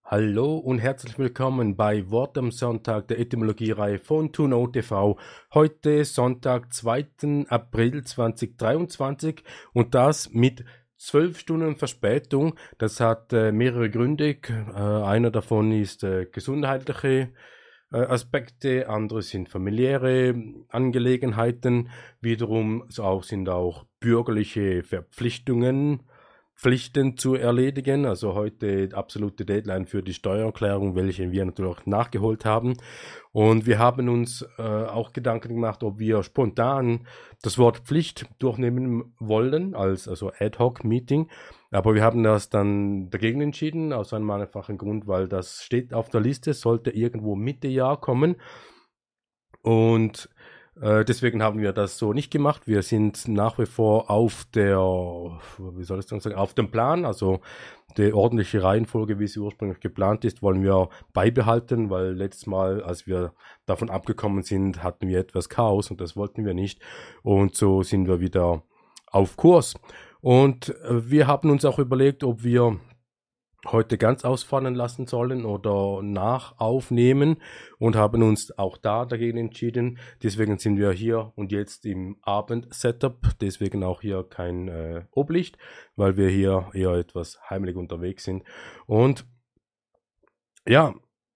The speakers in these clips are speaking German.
Hallo und herzlich willkommen bei Wort am Sonntag der Etymologiereihe von TuNo TV. Heute Sonntag, 2. April 2023 und das mit 12 Stunden Verspätung. Das hat mehrere Gründe. Einer davon ist gesundheitliche Aspekte, andere sind familiäre Angelegenheiten, wiederum sind auch bürgerliche Pflichten zu erledigen. Also heute absolute Deadline für die Steuererklärung, welche wir natürlich auch nachgeholt haben. Und wir haben uns auch Gedanken gemacht, ob wir spontan das Wort Pflicht durchnehmen wollen, also Ad-Hoc-Meeting. Aber wir haben das dann dagegen entschieden, aus einem einfachen Grund, weil das steht auf der Liste, sollte irgendwo Mitte Jahr kommen. Und deswegen haben wir das so nicht gemacht. Wir sind nach wie vor auf auf dem Plan, also die ordentliche Reihenfolge, wie sie ursprünglich geplant ist, wollen wir beibehalten, weil letztes Mal, als wir davon abgekommen sind, hatten wir etwas Chaos und das wollten wir nicht. Und so sind wir wieder auf Kurs. Und wir haben uns auch überlegt, ob wir heute ganz ausfallen lassen sollen oder nachaufnehmen und haben uns auch da dagegen entschieden. Deswegen sind wir hier und jetzt im Abend-Setup, deswegen auch hier kein Oblicht, weil wir hier eher etwas heimlich unterwegs sind. Und ja,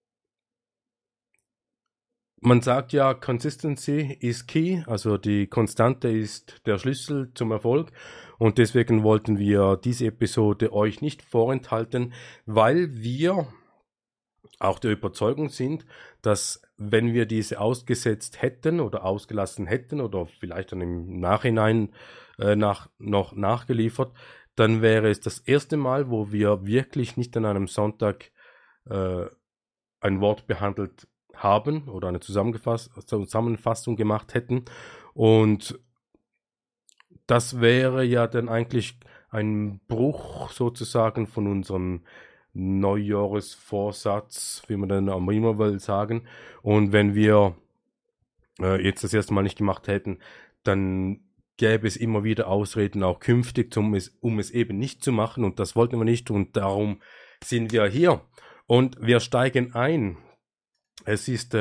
man sagt ja, Consistency is key, also die Konstante ist der Schlüssel zum Erfolg und deswegen wollten wir diese Episode euch nicht vorenthalten, weil wir auch der Überzeugung sind, dass wenn wir diese ausgesetzt hätten oder ausgelassen hätten oder vielleicht dann im Nachhinein noch nachgeliefert, dann wäre es das erste Mal, wo wir wirklich nicht an einem Sonntag ein Wort behandelt haben oder eine Zusammenfassung gemacht hätten. Und das wäre ja dann eigentlich ein Bruch sozusagen von unserem Neujahresvorsatz, wie man dann auch immer will sagen. Und wenn wir jetzt das erste Mal nicht gemacht hätten, dann gäbe es immer wieder Ausreden, auch künftig, um es eben nicht zu machen. Und das wollten wir nicht. Und darum sind wir hier. Und wir steigen ein. Es ist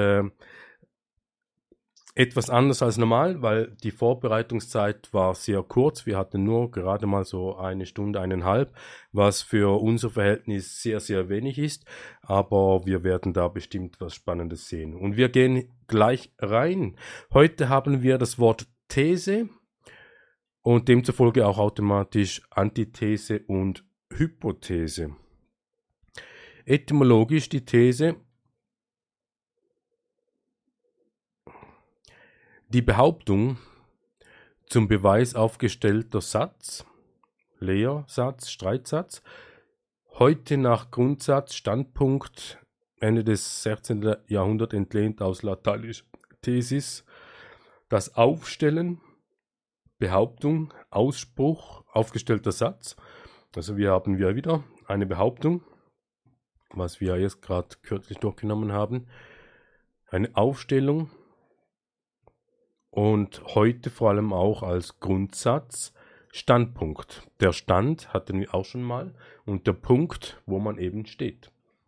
etwas anders als normal, weil die Vorbereitungszeit war sehr kurz. Wir hatten nur gerade mal so 1 Stunde, 1,5, was für unser Verhältnis sehr, sehr wenig ist. Aber wir werden da bestimmt was Spannendes sehen. Und wir gehen gleich rein. Heute haben wir das Wort These und demzufolge auch automatisch Antithese und Hypothese. Etymologisch die These: die Behauptung, zum Beweis aufgestellter Satz, Lehrsatz, Streitsatz, heute nach Grundsatz, Standpunkt, Ende des 16. Jahrhunderts entlehnt aus lateinisch Thesis, das Aufstellen, Behauptung, Ausspruch, aufgestellter Satz. Also wir haben wieder eine Behauptung, was wir jetzt gerade kürzlich durchgenommen haben, eine Aufstellung und heute vor allem auch als Grundsatz Standpunkt. Der Stand hatten wir auch schon mal und der Punkt, wo man eben steht.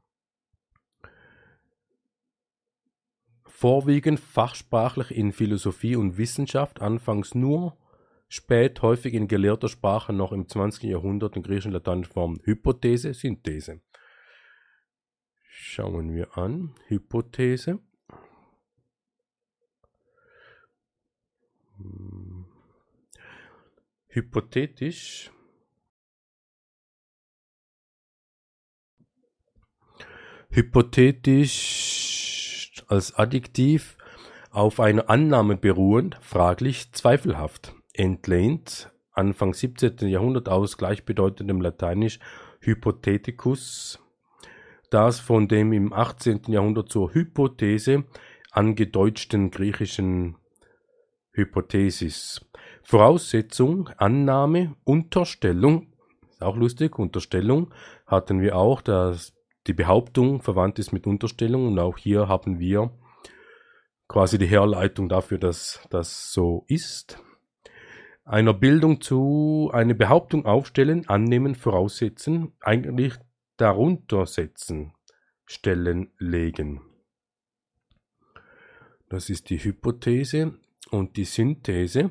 Vorwiegend fachsprachlich in Philosophie und Wissenschaft, anfangs nur, spät häufig in gelehrter Sprache noch im 20. Jahrhundert in griechischen lateinischen Formen Hypothese, Synthese. Schauen wir an, Hypothese. Hypothetisch als Adjektiv auf einer Annahme beruhend, fraglich, zweifelhaft, entlehnt, Anfang 17. Jahrhundert aus gleichbedeutendem Lateinisch Hypotheticus, das von dem im 18. Jahrhundert zur Hypothese angedeutschten griechischen Hypothesis. Voraussetzung, Annahme, Unterstellung, ist auch lustig, Unterstellung hatten wir auch, dass die Behauptung verwandt ist mit Unterstellung und auch hier haben wir quasi die Herleitung dafür, dass das so ist. Einer Bildung zu eine Behauptung aufstellen, annehmen, voraussetzen, eigentlich darunter setzen. Stellen legen. Das ist die Hypothese und die Synthese.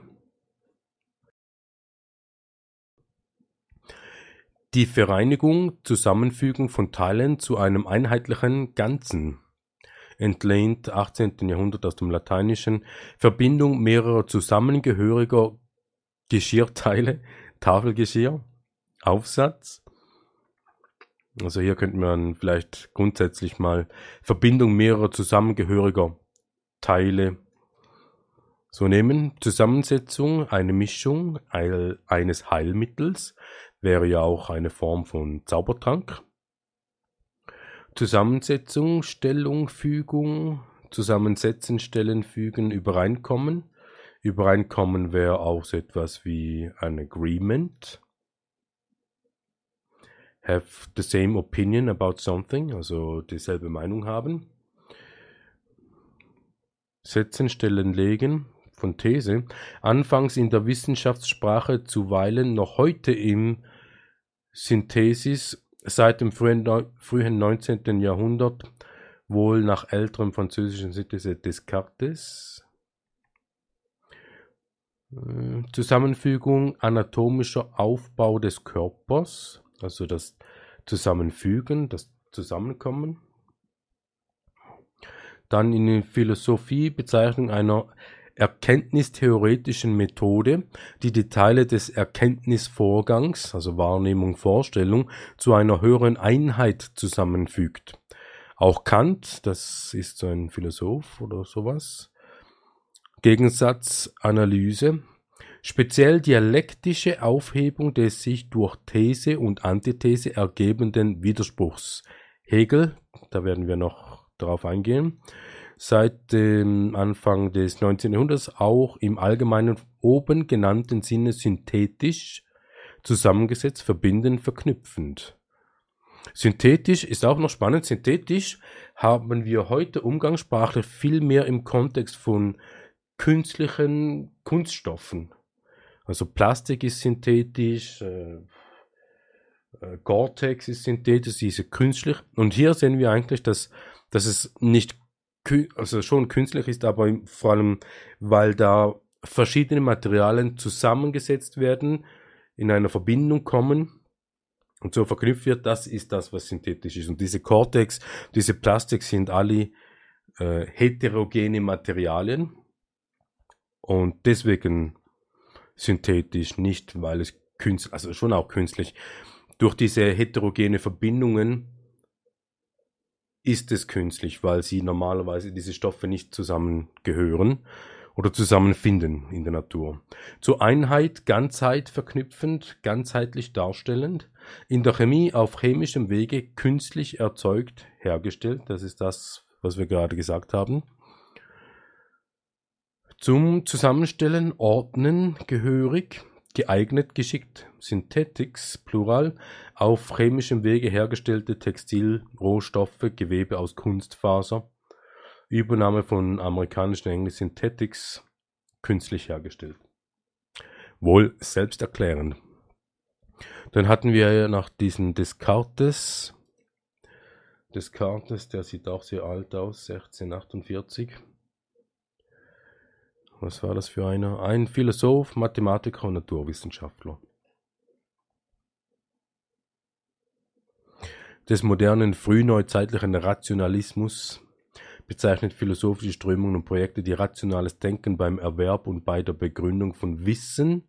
Die Vereinigung, Zusammenfügung von Teilen zu einem einheitlichen Ganzen. Entlehnt 18. Jahrhundert aus dem Lateinischen. Verbindung mehrerer zusammengehöriger Geschirrteile, Tafelgeschirr, Aufsatz. Also hier könnte man vielleicht grundsätzlich mal Verbindung mehrerer zusammengehöriger Teile so nehmen. Zusammensetzung, eine Mischung eines Heilmittels, wäre ja auch eine Form von Zaubertrank. Zusammensetzung, Stellung, Fügung, Zusammensetzen, Stellen, Fügen, Übereinkommen. Übereinkommen wäre auch so etwas wie ein Agreement. Have the same opinion about something, also dieselbe Meinung haben. Setzen, Stellen, legen von These. Anfangs in der Wissenschaftssprache, zuweilen noch heute im Synthesis, seit dem frühen 19. Jahrhundert, wohl nach älterem französischen Synthese Descartes. Zusammenfügung, anatomischer Aufbau des Körpers, also das Zusammenfügen, das Zusammenkommen. Dann in der Philosophie Bezeichnung einer erkenntnistheoretischen Methode, die die Teile des Erkenntnisvorgangs, also Wahrnehmung, Vorstellung, zu einer höheren Einheit zusammenfügt. Auch Kant, das ist so ein Philosoph oder sowas. Gegensatz, Analyse. Speziell dialektische Aufhebung des sich durch These und Antithese ergebenden Widerspruchs. Hegel, da werden wir noch darauf eingehen, seit dem Anfang des 19. Jahrhunderts auch im allgemeinen oben genannten Sinne synthetisch, zusammengesetzt, verbindend, verknüpfend. Synthetisch ist auch noch spannend. Synthetisch haben wir heute umgangssprachlich viel mehr im Kontext von künstlichen Kunststoffen. Also Plastik ist synthetisch, Gore-Tex ist synthetisch, diese künstlich. Und hier sehen wir eigentlich, dass es nicht, also schon künstlich ist, aber vor allem, weil da verschiedene Materialien zusammengesetzt werden, in einer Verbindung kommen und so verknüpft wird. Das ist das, was synthetisch ist. Und diese Gore-Tex, diese Plastik sind alle heterogene Materialien und deswegen synthetisch, nicht weil es künstlich, also schon auch künstlich. Durch diese heterogene Verbindungen ist es künstlich, weil sie normalerweise diese Stoffe nicht zusammengehören oder zusammenfinden in der Natur. Zur Einheit, Ganzheit verknüpfend, ganzheitlich darstellend. In der Chemie auf chemischem Wege künstlich erzeugt, hergestellt. Das ist das, was wir gerade gesagt haben. Zum Zusammenstellen, Ordnen, gehörig, geeignet, geschickt. Synthetics, Plural, auf chemischem Wege hergestellte Textilrohstoffe, Gewebe aus Kunstfaser. Übernahme von amerikanischen Englisch Synthetics, künstlich hergestellt. Wohl selbsterklärend. Dann hatten wir nach diesen Descartes. Descartes, der sieht auch sehr alt aus, 1648. Was war das für einer? Ein Philosoph, Mathematiker und Naturwissenschaftler. Des modernen frühneuzeitlichen Rationalismus bezeichnet philosophische Strömungen und Projekte, die rationales Denken beim Erwerb und bei der Begründung von Wissen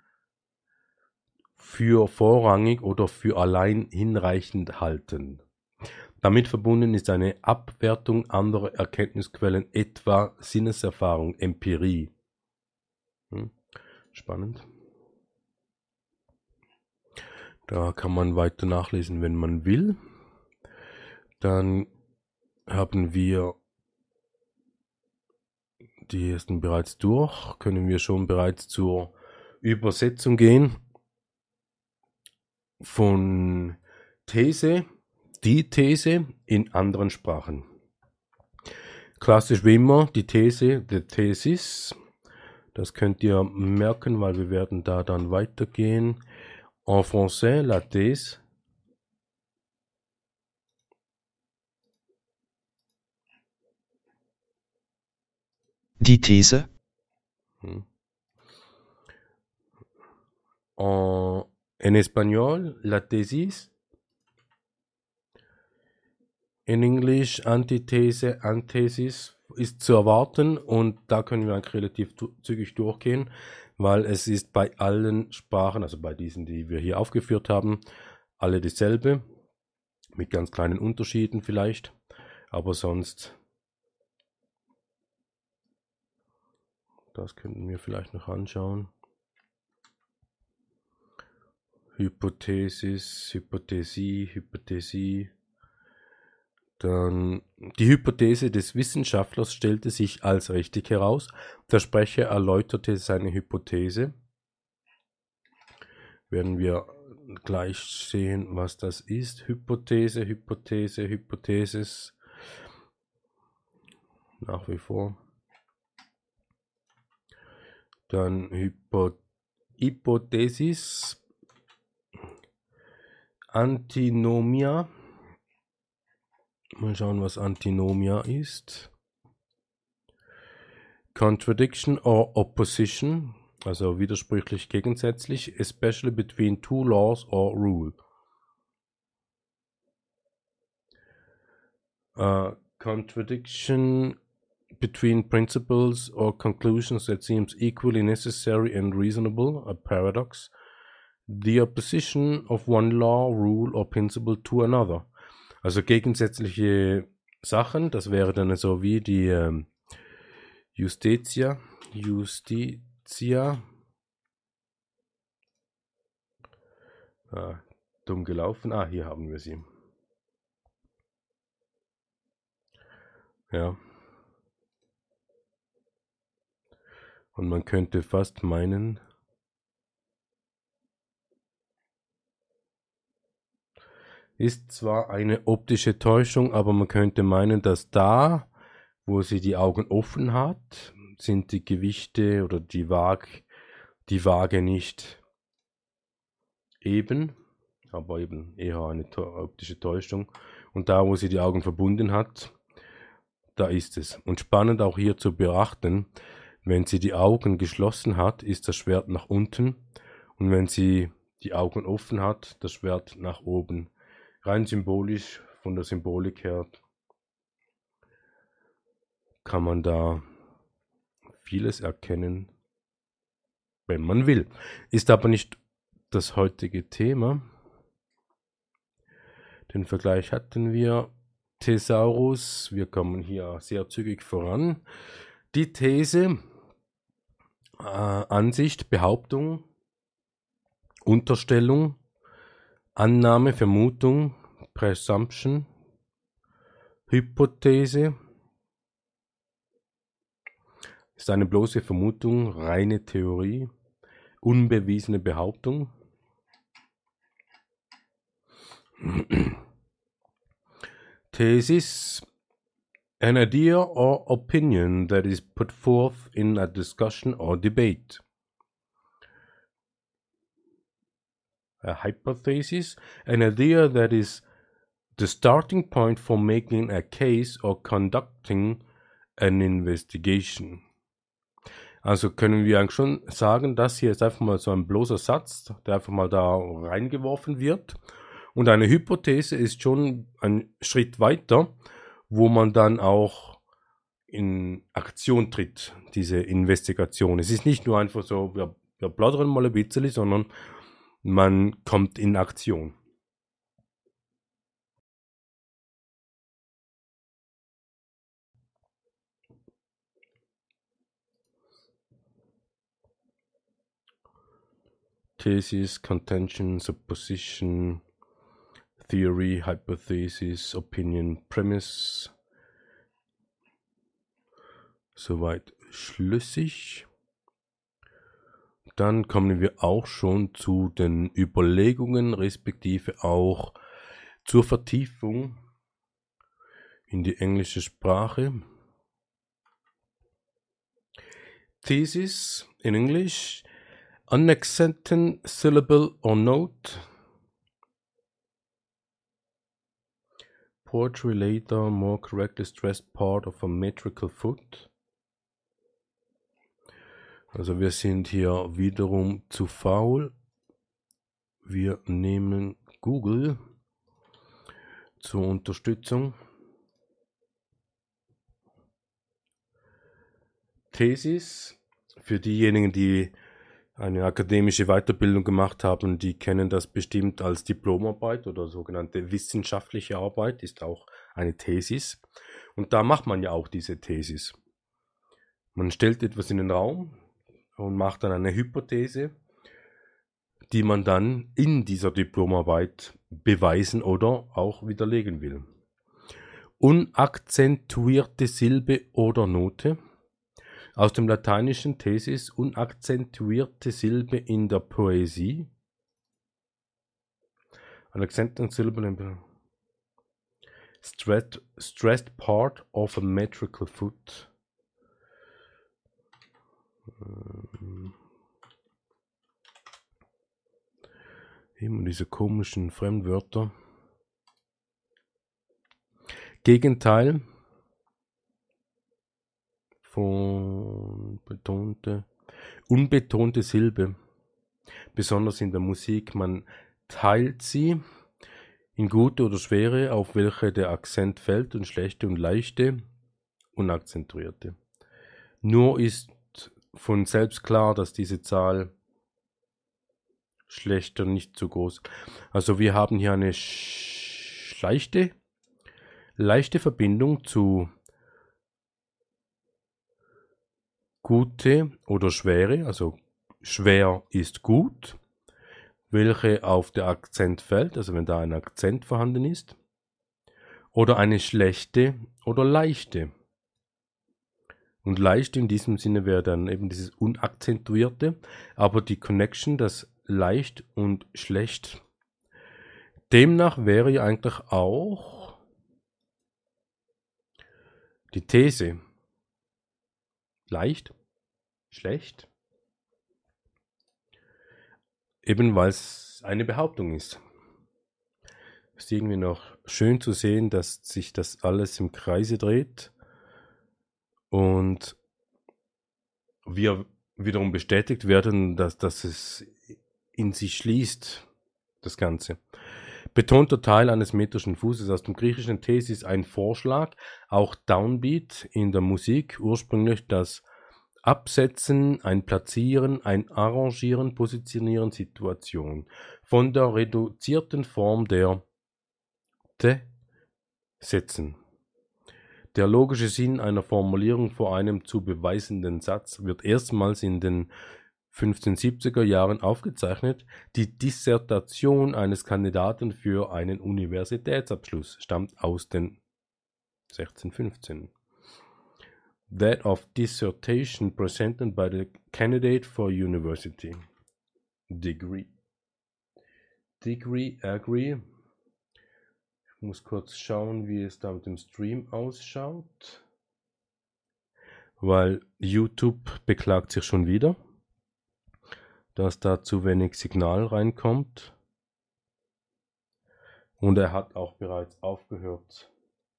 für vorrangig oder für allein hinreichend halten. Damit verbunden ist eine Abwertung anderer Erkenntnisquellen, etwa Sinneserfahrung, Empirie. Spannend. Da kann man weiter nachlesen, wenn man will. Dann haben wir die ersten bereits durch. Können wir schon bereits zur Übersetzung gehen von These, die These in anderen Sprachen. Klassisch wie immer die These, die Thesis. Das könnt ihr merken, weil wir werden da dann weitergehen. En français, la thèse. Die These. En español, la tesis. In Englisch, Antithese, Anthesis ist zu erwarten und da können wir eigentlich relativ zügig durchgehen, weil es ist bei allen Sprachen, also bei diesen, die wir hier aufgeführt haben, alle dieselbe, mit ganz kleinen Unterschieden vielleicht, aber sonst, das könnten wir vielleicht noch anschauen. Hypothesis, Hypothesie, Hypothesie. Dann die Hypothese des Wissenschaftlers stellte sich als richtig heraus. Der Sprecher erläuterte seine Hypothese. Werden wir gleich sehen, was das ist. Hypothese, Hypothese, Hypothesis. Nach wie vor. Dann Hypothesis. Antinomia. Mal schauen, was Antinomia ist. Contradiction or opposition, also widersprüchlich gegensätzlich, especially between two laws or rule. Contradiction between principles or conclusions that seems equally necessary and reasonable, a paradox. The opposition of one law, rule or principle to another. Also gegensätzliche Sachen, das wäre dann so wie die Justitia. Dumm gelaufen. Hier haben wir sie. Ja. Und man könnte fast meinen, ist zwar eine optische Täuschung, aber man könnte meinen, dass da, wo sie die Augen offen hat, sind die Gewichte oder die Waage nicht eben, aber eben eher eine optische Täuschung. Und da, wo sie die Augen verbunden hat, da ist es. Und spannend auch hier zu beachten, wenn sie die Augen geschlossen hat, ist das Schwert nach unten. Und wenn sie die Augen offen hat, das Schwert nach oben. Rein symbolisch, von der Symbolik her, kann man da vieles erkennen, wenn man will. Ist aber nicht das heutige Thema. Den Vergleich hatten wir. Thesaurus, wir kommen hier sehr zügig voran. Die These, Ansicht, Behauptung, Unterstellung, Annahme, Vermutung, Presumption, Hypothese, ist eine bloße Vermutung, reine Theorie, unbewiesene Behauptung. Thesis, an idea or opinion that is put forth in a discussion or debate. A hypothesis, an idea that is the starting point for making a case or conducting an investigation. Also können wir eigentlich schon sagen, das hier ist einfach mal so ein bloßer Satz, der einfach mal da reingeworfen wird. Und eine Hypothese ist schon ein Schritt weiter, wo man dann auch in Aktion tritt, diese Investigation. Es ist nicht nur einfach so, wir plaudern mal ein bisschen, sondern man kommt in Aktion. Thesis, Contention, Supposition, Theory, Hypothesis, Opinion, Premise. Soweit schlüssig. Dann kommen wir auch schon zu den Überlegungen, respektive auch zur Vertiefung in die englische Sprache. Thesis in English, unaccented syllable or note. Poetry later more correctly stressed part of a metrical foot. Also wir sind hier wiederum zu faul. Wir nehmen Google zur Unterstützung. Thesis, für diejenigen, die eine akademische Weiterbildung gemacht haben, die kennen das bestimmt als Diplomarbeit oder sogenannte wissenschaftliche Arbeit, ist auch eine Thesis. Und da macht man ja auch diese Thesis. Man stellt etwas in den Raum und macht dann eine Hypothese, die man dann in dieser Diplomarbeit beweisen oder auch widerlegen will. Unakzentuierte Silbe oder Note. Aus dem lateinischen Thesis, unakzentuierte Silbe in der Poesie. An Akzentensilben stressed part of a metrical foot. Immer diese komischen Fremdwörter. Gegenteil von unbetonte Silbe. Besonders in der Musik, man teilt sie in gute oder schwere, auf welche der Akzent fällt, und schlechte und leichte, unakzentuierte. Nur ist von selbst klar, dass diese Zahl schlechter nicht zu groß. Also wir haben hier eine leichte Verbindung zu gute oder schwere, also schwer ist gut, welche auf der Akzent fällt, also wenn da ein Akzent vorhanden ist, oder eine schlechte oder leichte. Und leicht in diesem Sinne wäre dann eben dieses Unakzentuierte, aber die Connection, das leicht und schlecht. Demnach wäre ja eigentlich auch die These leicht, schlecht, eben weil es eine Behauptung ist. Ist irgendwie noch schön zu sehen, dass sich das alles im Kreise dreht und wir wiederum bestätigt werden, dass es in sich schließt, das Ganze. Betonter Teil eines metrischen Fußes. Aus dem griechischen Thesis ein Vorschlag, auch Downbeat in der Musik, ursprünglich das Absetzen, ein Platzieren, ein Arrangieren, Positionieren, Situation. Von der reduzierten Form der setzen. Der logische Sinn einer Formulierung vor einem zu beweisenden Satz wird erstmals in den 1570er Jahren aufgezeichnet. Die Dissertation eines Kandidaten für einen Universitätsabschluss stammt aus den 1615. That of dissertation presented by the candidate for university. Degree. Agree. Ich muss kurz schauen, wie es da mit dem Stream ausschaut. Weil YouTube beklagt sich schon wieder, dass da zu wenig Signal reinkommt. Und er hat auch bereits aufgehört.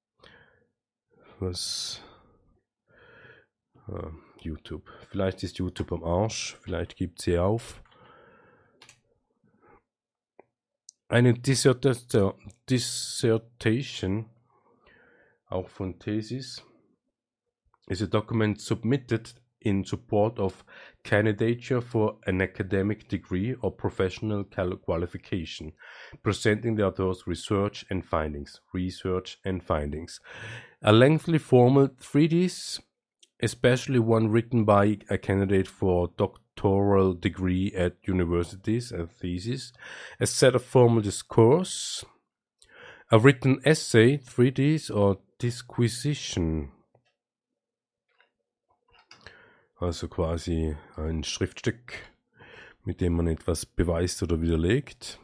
YouTube. Vielleicht ist YouTube am Arsch, vielleicht gibt sie auf. Eine Dissertation, auch von Thesis, is a document submitted in support of candidature for an academic degree or professional qualification, presenting the author's research and findings. A lengthy formal treatise, especially one written by a candidate for doctoral degree at universities, a thesis, a set of formal discourse, a written essay, treatise or disquisition. Also quasi ein Schriftstück, mit dem man etwas beweist oder widerlegt.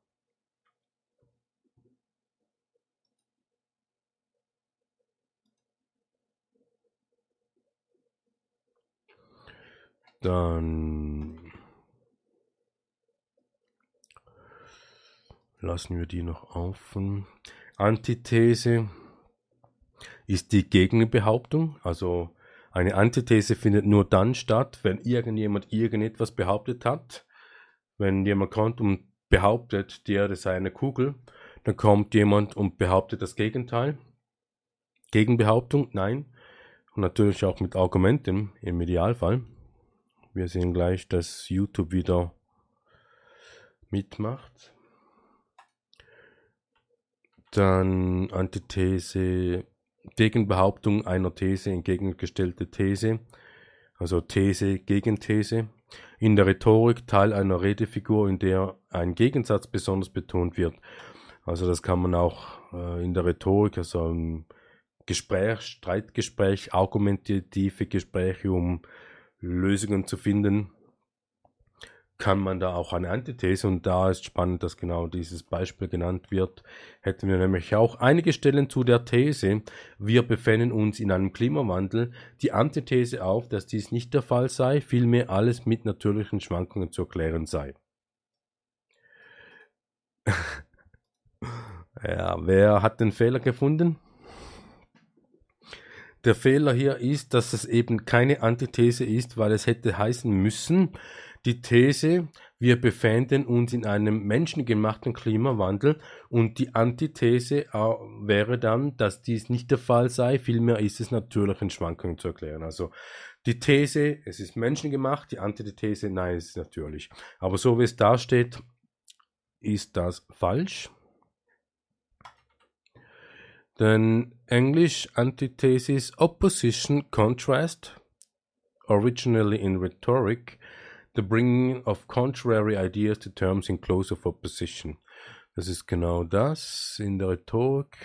Dann lassen wir die noch offen. Antithese ist die Gegenbehauptung, also Eine Antithese findet nur dann statt, wenn irgendjemand irgendetwas behauptet hat. Wenn jemand kommt und behauptet, die Erde sei eine Kugel, dann kommt jemand und behauptet das Gegenteil. Gegenbehauptung, nein. Und natürlich auch mit Argumenten im Idealfall. Wir sehen gleich, dass YouTube wieder mitmacht. Dann Antithese, Gegenbehauptung einer These, entgegengestellte These. Also These, Gegenthese. In der Rhetorik Teil einer Redefigur, in der ein Gegensatz besonders betont wird. Also das kann man auch in der Rhetorik, also im Gespräch, Streitgespräch, argumentative Gespräche, um Lösungen zu finden, kann man da auch eine Antithese, und da ist spannend, dass genau dieses Beispiel genannt wird. Hätten wir nämlich auch einige Stellen zu der These, wir befinden uns in einem Klimawandel, die Antithese auf, dass dies nicht der Fall sei, vielmehr alles mit natürlichen Schwankungen zu erklären sei. Ja, wer hat den Fehler gefunden? Der Fehler hier ist, dass es eben keine Antithese ist, weil es hätte heißen müssen, die These, wir befinden uns in einem menschengemachten Klimawandel, und die Antithese wäre dann, dass dies nicht der Fall sei, vielmehr ist es natürlichen Schwankungen zu erklären. Also die These, es ist menschengemacht, die Antithese, nein, es ist natürlich. Aber so wie es da steht, ist das falsch. Then English antithesis, opposition, contrast, originally in rhetoric, the bringing of contrary ideas to terms in close of opposition. Das ist genau das in der Rhetorik.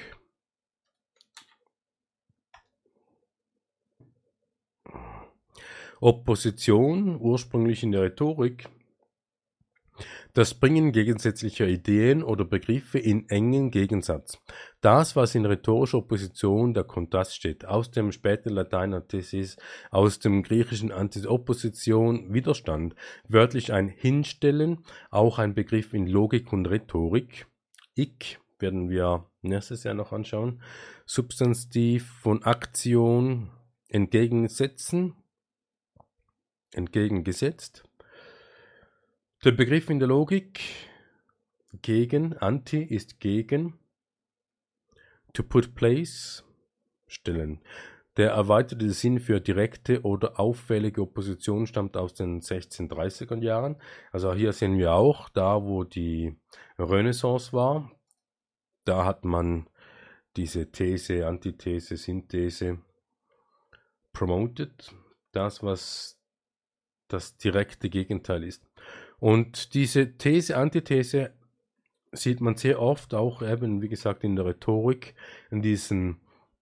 Opposition, ursprünglich in der Rhetorik, das Bringen gegensätzlicher Ideen oder Begriffe in engen Gegensatz. Das, was in rhetorischer Opposition der Kontrast steht, aus dem späten Latein Antithesis, aus dem griechischen Opposition, Widerstand, wörtlich ein Hinstellen, auch ein Begriff in Logik und Rhetorik. Ich werden wir nächstes Jahr noch anschauen. Substantiv von Aktion, entgegensetzen, entgegengesetzt. Der Begriff in der Logik, gegen, anti ist gegen, to put place, stellen. Der erweiterte Sinn für direkte oder auffällige Opposition stammt aus den 1630er Jahren. Also hier sehen wir auch, da wo die Renaissance war, da hat man diese These, Antithese, Synthese promoted, das was das direkte Gegenteil ist. Und diese These, Antithese sieht man sehr oft auch eben, wie gesagt, in der Rhetorik, in diesen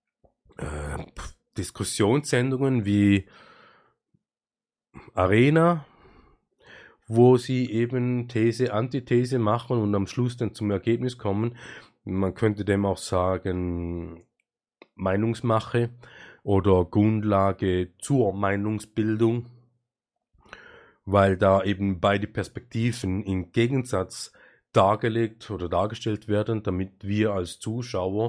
Diskussionssendungen wie Arena, wo sie eben These, Antithese machen und am Schluss dann zum Ergebnis kommen. Man könnte dem auch sagen Meinungsmache oder Grundlage zur Meinungsbildung, weil da eben beide Perspektiven im Gegensatz dargelegt oder dargestellt werden, damit wir als Zuschauer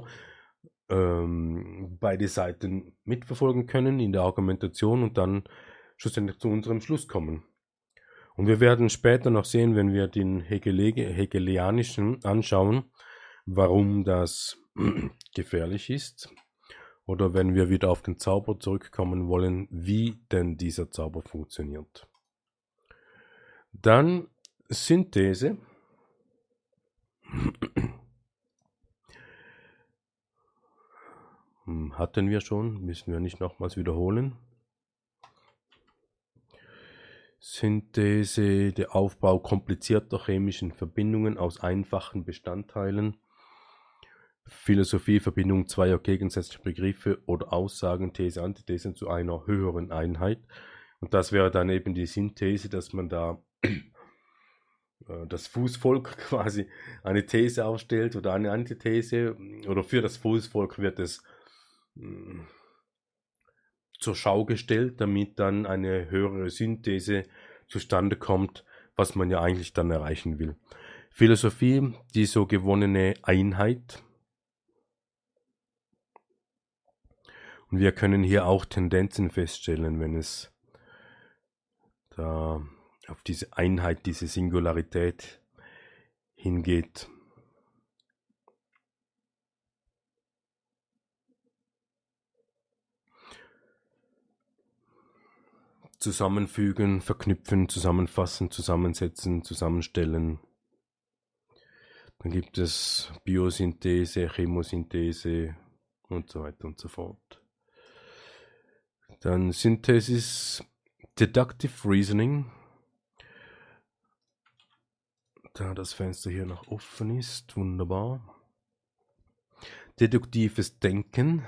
beide Seiten mitverfolgen können in der Argumentation und dann schlussendlich zu unserem Schluss kommen. Und wir werden später noch sehen, wenn wir den Hegelianischen anschauen, warum das gefährlich ist, oder wenn wir wieder auf den Zauber zurückkommen wollen, wie denn dieser Zauber funktioniert. Dann Synthese. Hatten wir schon, müssen wir nicht nochmals wiederholen. Synthese, der Aufbau komplizierter chemischen Verbindungen aus einfachen Bestandteilen. Philosophie, Verbindung zweier gegensätzlicher Begriffe oder Aussagen, These, Antithese zu einer höheren Einheit. Und das wäre dann eben die Synthese, dass man da das Fußvolk quasi eine These aufstellt oder eine Antithese, oder für das Fußvolk wird es zur Schau gestellt, damit dann eine höhere Synthese zustande kommt, was man ja eigentlich dann erreichen will. Philosophie, die so gewonnene Einheit. Und wir können hier auch Tendenzen feststellen, wenn es da auf diese Einheit, diese Singularität hingeht. Zusammenfügen, verknüpfen, zusammenfassen, zusammensetzen, zusammenstellen. Dann gibt es Biosynthese, Chemosynthese und so weiter und so fort. Dann Synthesis, Deductive Reasoning. Da das Fenster hier noch offen ist, wunderbar. Deduktives Denken.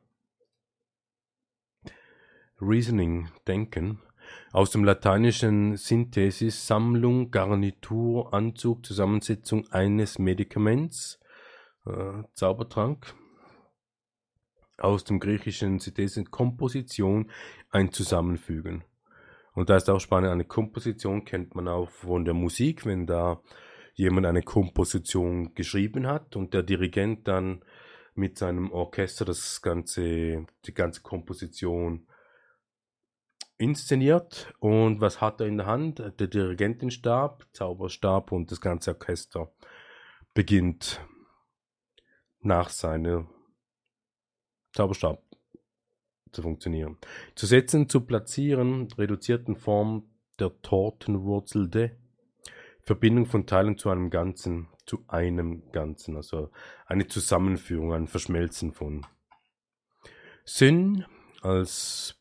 Reasoning, Denken. Aus dem lateinischen Synthesis, Sammlung, Garnitur, Anzug, Zusammensetzung eines Medikaments, Zaubertrank. Aus dem griechischen Synthese, Komposition, ein Zusammenfügen. Und da ist auch spannend, eine Komposition kennt man auch von der Musik, wenn da jemand eine Komposition geschrieben hat und der Dirigent dann mit seinem Orchester die ganze Komposition inszeniert. Und was hat er in der Hand? Der Dirigentenstab, Zauberstab, und das ganze Orchester beginnt nach seinem Zauberstab zu funktionieren. Zu setzen, zu platzieren, reduzierten Form der Tortenwurzel de, Verbindung von Teilen zu einem Ganzen, also eine Zusammenführung, ein Verschmelzen von. Syn als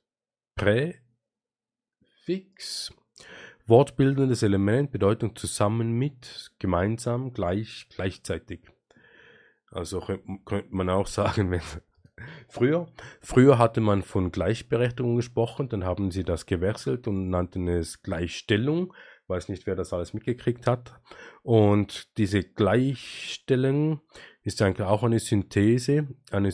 Präfix, wortbildendes Element, Bedeutung zusammen mit, gemeinsam, gleichzeitig. Also könnte man auch sagen, wenn Früher hatte man von Gleichberechtigung gesprochen, dann haben sie das gewechselt und nannten es Gleichstellung. Weiß nicht, wer das alles mitgekriegt hat. Und diese Gleichstellung ist eigentlich auch eine Synthese, eine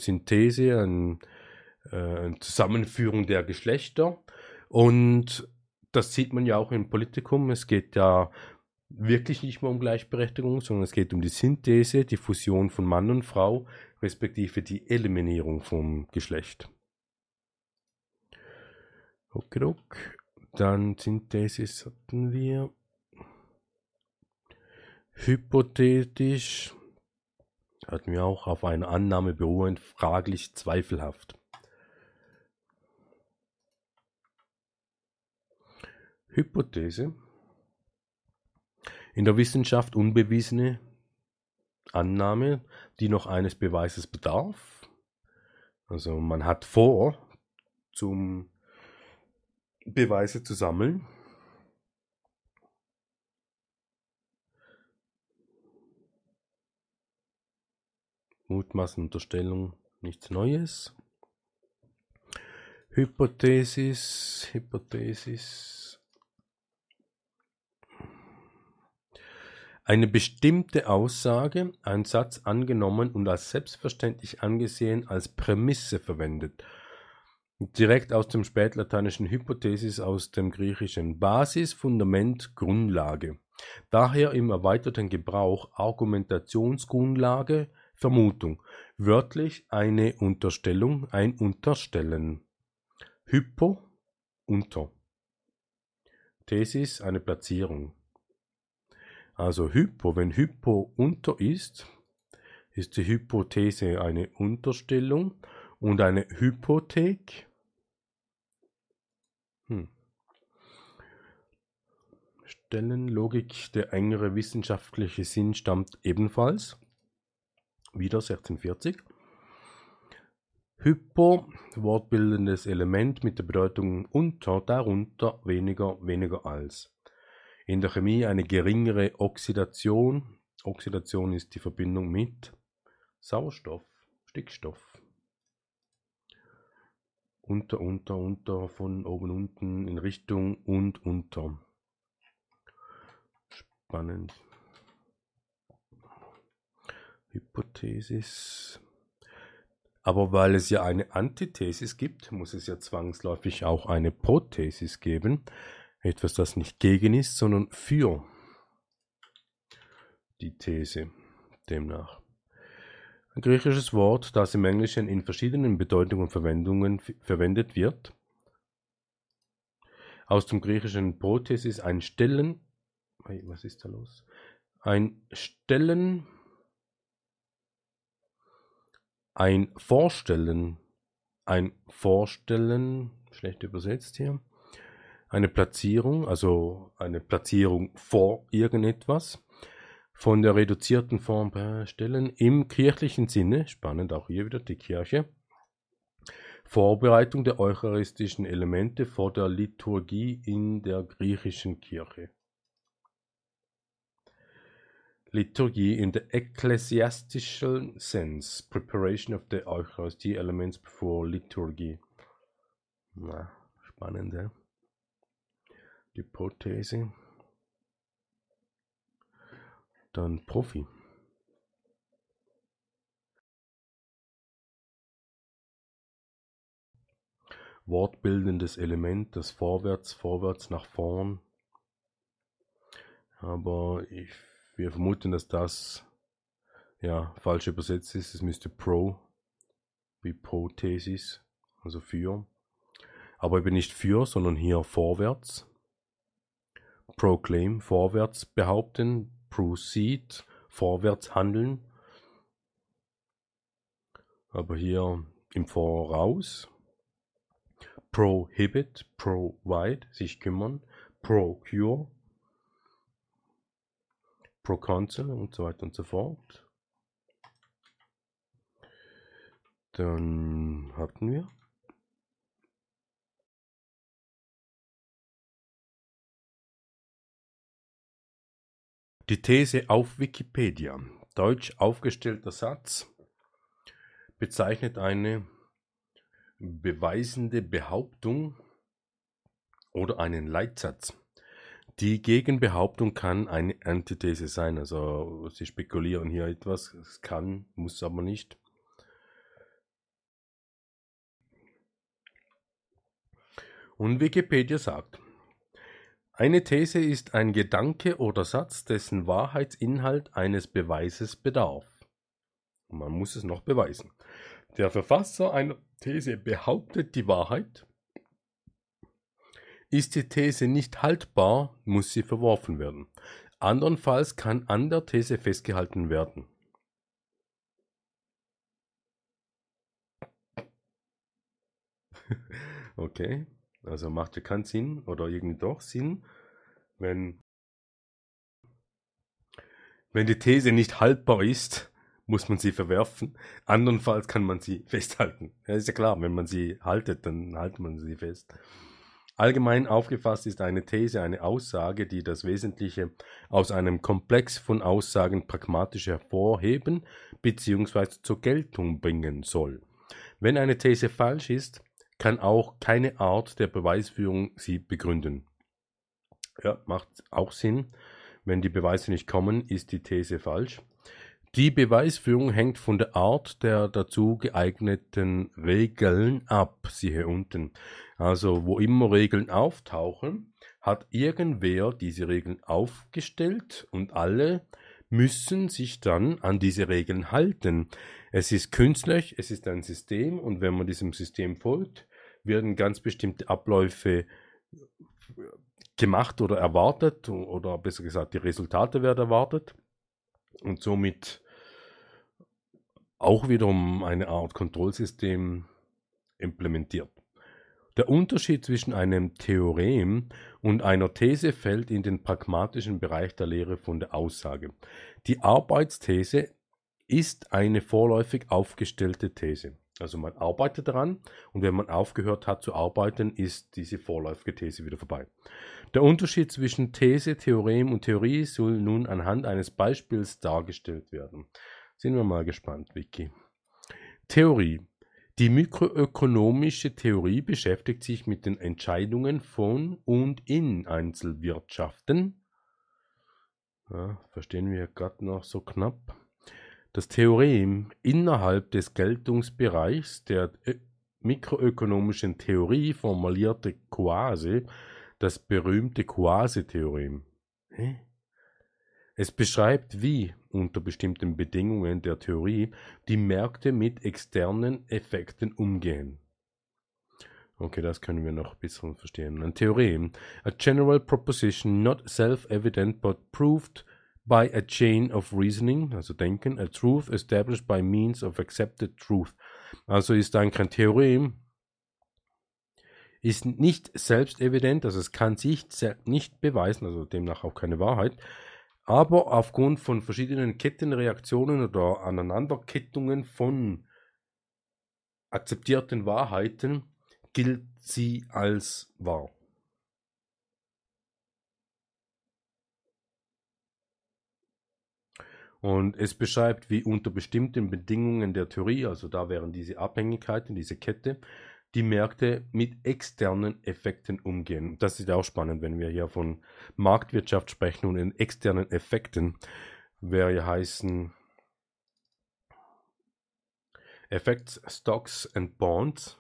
Zusammenführung der Geschlechter. Und das sieht man ja auch im Politikum. Es geht ja wirklich nicht mehr um Gleichberechtigung, sondern es geht um die Synthese, die Fusion von Mann und Frau, respektive die Eliminierung vom Geschlecht. Okay. Dann Synthesis hatten wir. Hypothetisch hatten wir auch auf eine Annahme beruhend, fraglich, zweifelhaft. Hypothese. In der Wissenschaft unbewiesene Annahme, die noch eines Beweises bedarf. Also man hat vor, zum Beweise zu sammeln. Mutmaßen, Unterstellung, nichts Neues. Hypothesis. Eine bestimmte Aussage, ein Satz angenommen und als selbstverständlich angesehen, als Prämisse verwendet. Direkt aus dem spätlateinischen Hypothesis, aus dem griechischen Basis, Fundament, Grundlage. Daher im erweiterten Gebrauch Argumentationsgrundlage, Vermutung. Wörtlich eine Unterstellung, ein Unterstellen. Hypo, unter. Thesis, eine Platzierung. Also wenn Hypo unter ist die Hypothese eine Unterstellung und eine Hypothek. Stellenlogik, der engere wissenschaftliche Sinn stammt ebenfalls, wieder 1640. Hypo, wortbildendes Element mit der Bedeutung unter, darunter, weniger als. In der Chemie eine geringere Oxidation. Oxidation ist die Verbindung mit Sauerstoff, Stickstoff. Unter, von oben, unten, in Richtung und unter. Spannend. Hypothesis. Aber weil es ja eine Antithesis gibt, muss es ja zwangsläufig auch eine Prothesis geben. Etwas, das nicht gegen ist, sondern für die These demnach. Ein griechisches Wort, das im Englischen in verschiedenen Bedeutungen und Verwendungen verwendet wird. Aus dem griechischen Prothesis ein Stellen. Was ist da los? Ein Stellen. Ein Vorstellen. Ein Vorstellen. Schlecht übersetzt hier. Eine Platzierung, also eine Platzierung vor irgendetwas. Von der reduzierten Form stellen im kirchlichen Sinne, spannend auch hier wieder die Kirche, Vorbereitung der eucharistischen Elemente vor der Liturgie in der griechischen Kirche. Liturgie in the ecclesiastical sense, preparation of the Eucharistie elements before liturgy. Na, spannend, ja? Die Prothese. Dann Profi. Wortbildendes Element, das vorwärts nach vorn. Aber wir vermuten, dass das ja falsch übersetzt ist. Es müsste pro wie Prothesis, also für. Aber eben nicht für, sondern hier vorwärts. Proclaim, vorwärts behaupten. Proceed, vorwärts handeln. Aber hier im Voraus. Prohibit, provide, sich kümmern. Procure, proconsul und so weiter und so fort. Dann hatten wir die These auf Wikipedia. Deutsch aufgestellter Satz bezeichnet eine beweisende Behauptung oder einen Leitsatz. Die Gegenbehauptung kann eine Antithese sein. Also sie spekulieren hier etwas, es kann, muss aber nicht. Und Wikipedia sagt, eine These ist ein Gedanke oder Satz, dessen Wahrheitsinhalt eines Beweises bedarf. Man muss es noch beweisen. Der Verfasser einer These behauptet die Wahrheit. Ist die These nicht haltbar, muss sie verworfen werden. Andernfalls kann an der These festgehalten werden. Okay, also macht ja keinen Sinn oder irgendwie doch Sinn, wenn die These nicht haltbar ist, muss man sie verwerfen. Andernfalls kann man sie festhalten. Ja, ist ja klar, wenn man sie haltet, dann haltet man sie fest. Allgemein aufgefasst ist eine These eine Aussage, die das Wesentliche aus einem Komplex von Aussagen pragmatisch hervorheben bzw. zur Geltung bringen soll. Wenn eine These falsch ist, kann auch keine Art der Beweisführung sie begründen. Ja, macht auch Sinn. Wenn die Beweise nicht kommen, ist die These falsch. Die Beweisführung hängt von der Art der dazu geeigneten Regeln ab, siehe unten. Also wo immer Regeln auftauchen, hat irgendwer diese Regeln aufgestellt und alle müssen sich dann an diese Regeln halten. Es ist künstlich, es ist ein System und wenn man diesem System folgt, werden ganz bestimmte Abläufe gemacht oder erwartet oder besser gesagt die Resultate werden erwartet und somit auch wiederum eine Art Kontrollsystem implementiert. Der Unterschied zwischen einem Theorem und einer These fällt in den pragmatischen Bereich der Lehre von der Aussage. Die Arbeitsthese ist eine vorläufig aufgestellte These. Also man arbeitet daran und wenn man aufgehört hat zu arbeiten, ist diese vorläufige These wieder vorbei. Der Unterschied zwischen These, Theorem und Theorie soll nun anhand eines Beispiels dargestellt werden. Sind wir mal gespannt, Vicky. Theorie. Die mikroökonomische Theorie beschäftigt sich mit den Entscheidungen von und in Einzelwirtschaften. Ja, verstehen wir gerade noch so knapp. Das Theorem innerhalb des Geltungsbereichs der mikroökonomischen Theorie formulierte quasi das berühmte Quasi-Theorem. Es beschreibt, wie unter bestimmten Bedingungen der Theorie die Märkte mit externen Effekten umgehen. Okay, das können wir noch ein bisschen verstehen. Ein Theorem. A general proposition not self-evident but proved by a chain of reasoning, also Denken, a truth established by means of accepted truth. Also ist eigentlich ein Theorem, ist nicht selbstevident, also es kann sich nicht beweisen, also demnach auch keine Wahrheit, aber aufgrund von verschiedenen Kettenreaktionen oder Aneinanderkettungen von akzeptierten Wahrheiten gilt sie als wahr. Und es beschreibt, wie unter bestimmten Bedingungen der Theorie, also da wären diese Abhängigkeiten, diese Kette, die Märkte mit externen Effekten umgehen. Das ist auch spannend, wenn wir hier von Marktwirtschaft sprechen und in externen Effekten, wäre ja heißen Effects, Stocks and Bonds.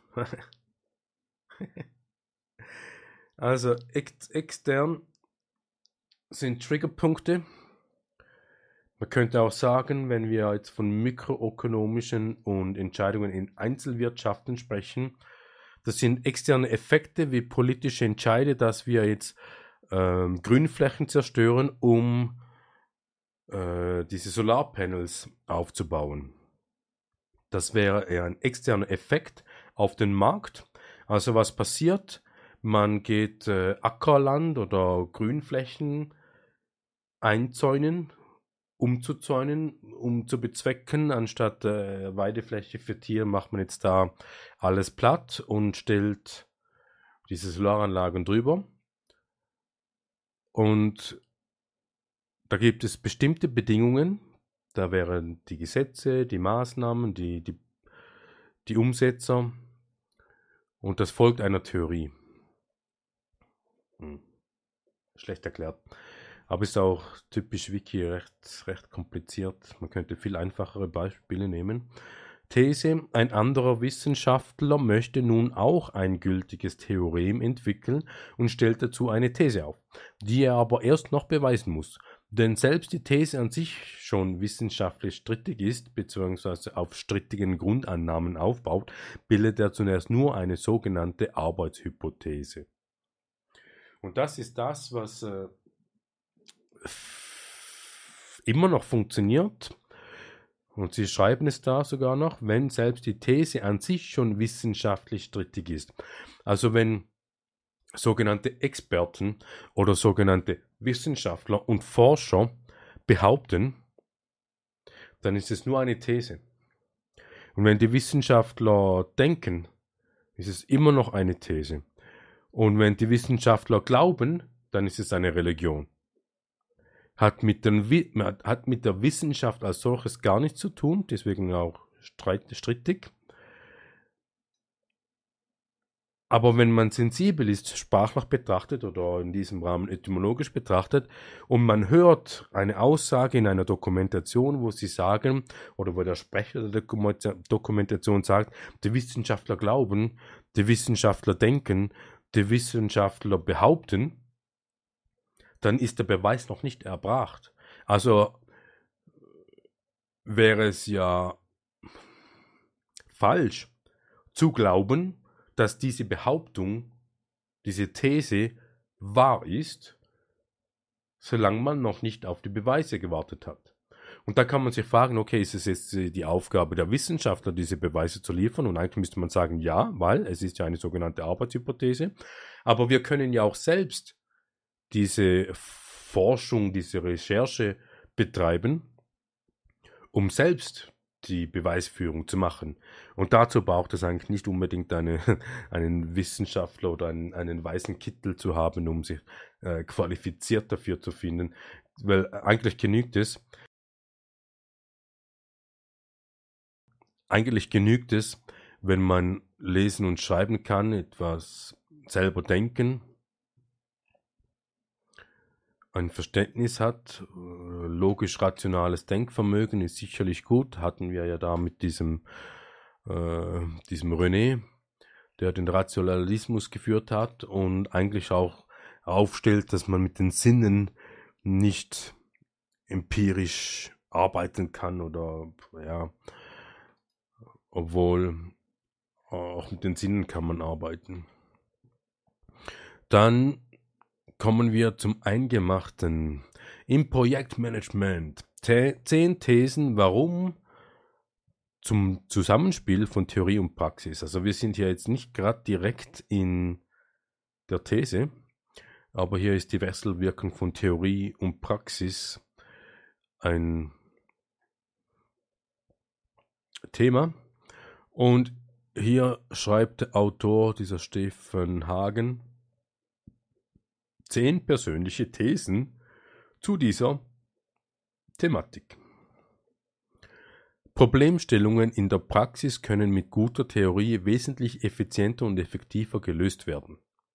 Also extern sind Triggerpunkte. Man könnte auch sagen, wenn wir jetzt von mikroökonomischen und Entscheidungen in Einzelwirtschaften sprechen, das sind externe Effekte wie politische Entscheide, dass wir jetzt Grünflächen zerstören, um diese Solarpanels aufzubauen. Das wäre eher ein externer Effekt auf den Markt. Also was passiert? Man geht Ackerland oder Grünflächen einzäunen, umzuzäunen, um zu bezwecken, anstatt Weidefläche für Tiere macht man jetzt da alles platt und stellt diese Solaranlagen drüber. Und da gibt es bestimmte Bedingungen, da wären die Gesetze, die Maßnahmen, die Umsetzer und das folgt einer Theorie. Schlecht erklärt. Aber ist auch typisch Wiki recht kompliziert. Man könnte viel einfachere Beispiele nehmen. These: Ein anderer Wissenschaftler möchte nun auch ein gültiges Theorem entwickeln und stellt dazu eine These auf, die er aber erst noch beweisen muss. Denn selbst die These an sich schon wissenschaftlich strittig ist, beziehungsweise auf strittigen Grundannahmen aufbaut, bildet er zunächst nur eine sogenannte Arbeitshypothese. Und das ist das, was immer noch funktioniert. Und sie schreiben es da sogar noch, wenn selbst die These an sich schon wissenschaftlich strittig ist. Also wenn sogenannte Experten oder sogenannte Wissenschaftler und Forscher behaupten, dann ist es nur eine These. Und wenn die Wissenschaftler denken, ist es immer noch eine These. Und wenn die Wissenschaftler glauben, dann ist es eine Religion. Hat mit der Wissenschaft als solches gar nichts zu tun, deswegen auch strittig. Aber wenn man sensibel ist, sprachlich betrachtet oder in diesem Rahmen etymologisch betrachtet und man hört eine Aussage in einer Dokumentation, wo sie sagen, oder wo der Sprecher der Dokumentation sagt, die Wissenschaftler glauben, die Wissenschaftler denken, die Wissenschaftler behaupten, dann ist der Beweis noch nicht erbracht. Also wäre es ja falsch zu glauben, dass diese Behauptung, diese These wahr ist, solange man noch nicht auf die Beweise gewartet hat. Und da kann man sich fragen, okay, ist es jetzt die Aufgabe der Wissenschaftler, diese Beweise zu liefern? Und eigentlich müsste man sagen, ja, weil es ist ja eine sogenannte Arbeitshypothese. Aber wir können ja auch selbst diese Forschung, diese Recherche betreiben, um selbst die Beweisführung zu machen. Und dazu braucht es eigentlich nicht unbedingt einen Wissenschaftler oder einen weißen Kittel zu haben, um sich qualifiziert dafür zu finden. Weil eigentlich genügt es, wenn man lesen und schreiben kann, etwas selber denken, ein Verständnis hat, logisch-rationales Denkvermögen ist sicherlich gut, hatten wir ja da mit diesem René, der den Rationalismus geführt hat und eigentlich auch aufstellt, dass man mit den Sinnen nicht empirisch arbeiten kann oder ja, obwohl auch mit den Sinnen kann man arbeiten. Dann kommen wir zum Eingemachten. Im Projektmanagement 10 Thesen, warum zum Zusammenspiel von Theorie und Praxis. Also wir sind hier jetzt nicht gerade direkt in der These, aber hier ist die Wechselwirkung von Theorie und Praxis ein Thema. Und hier schreibt der Autor, dieser Stefan Hagen, 10 persönliche Thesen zu dieser Thematik. Problemstellungen in der Praxis können mit guter Theorie wesentlich effizienter und effektiver gelöst werden.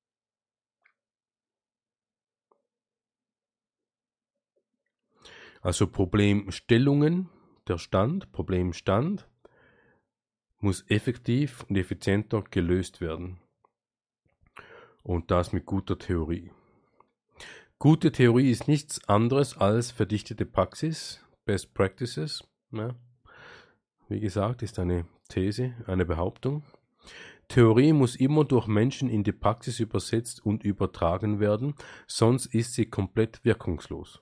Also Problemstellungen, Problemstand muss effektiv und effizienter gelöst werden. Und das mit guter Theorie. Gute Theorie ist nichts anderes als verdichtete Praxis, Best Practices. Ja. Wie gesagt, ist eine These, eine Behauptung. Theorie muss immer durch Menschen in die Praxis übersetzt und übertragen werden, sonst ist sie komplett wirkungslos.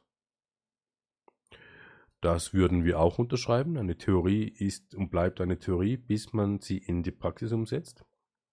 Das würden wir auch unterschreiben. Eine Theorie ist und bleibt eine Theorie, bis man sie in die Praxis umsetzt.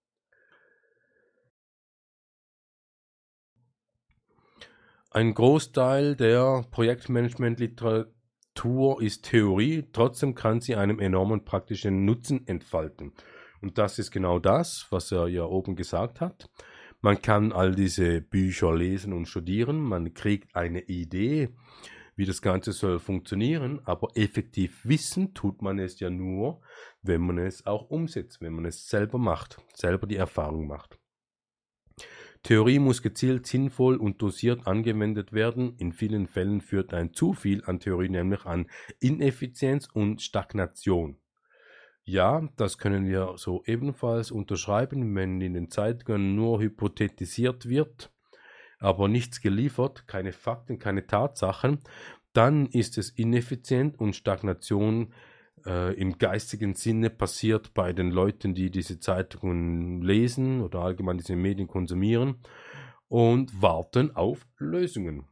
Ein Großteil der Projektmanagement-Literatur ist Theorie, trotzdem kann sie einen enormen praktischen Nutzen entfalten. Und das ist genau das, was er ja oben gesagt hat. Man kann all diese Bücher lesen und studieren, man kriegt eine Idee, wie das Ganze soll funktionieren, aber effektiv wissen tut man es ja nur, wenn man es auch umsetzt, wenn man es selber macht, selber die Erfahrung macht. Theorie muss gezielt, sinnvoll und dosiert angewendet werden. In vielen Fällen führt ein zu viel an Theorie nämlich an Ineffizienz und Stagnation. Ja, das können wir so ebenfalls unterschreiben, wenn in den Zeitungen nur hypothetisiert wird, aber nichts geliefert, keine Fakten, keine Tatsachen, dann ist es ineffizient und Stagnation im geistigen Sinne passiert bei den Leuten, die diese Zeitungen lesen oder allgemein diese Medien konsumieren und warten auf Lösungen.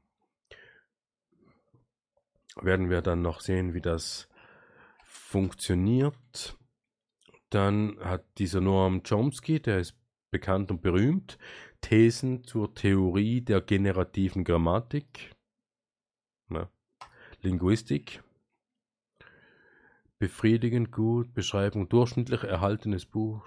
Werden wir dann noch sehen, wie das funktioniert. Dann hat dieser Noam Chomsky, der ist bekannt und berühmt, Thesen zur Theorie der generativen Grammatik, Linguistik. Befriedigend, gut, Beschreibung, durchschnittlich erhaltenes Buch.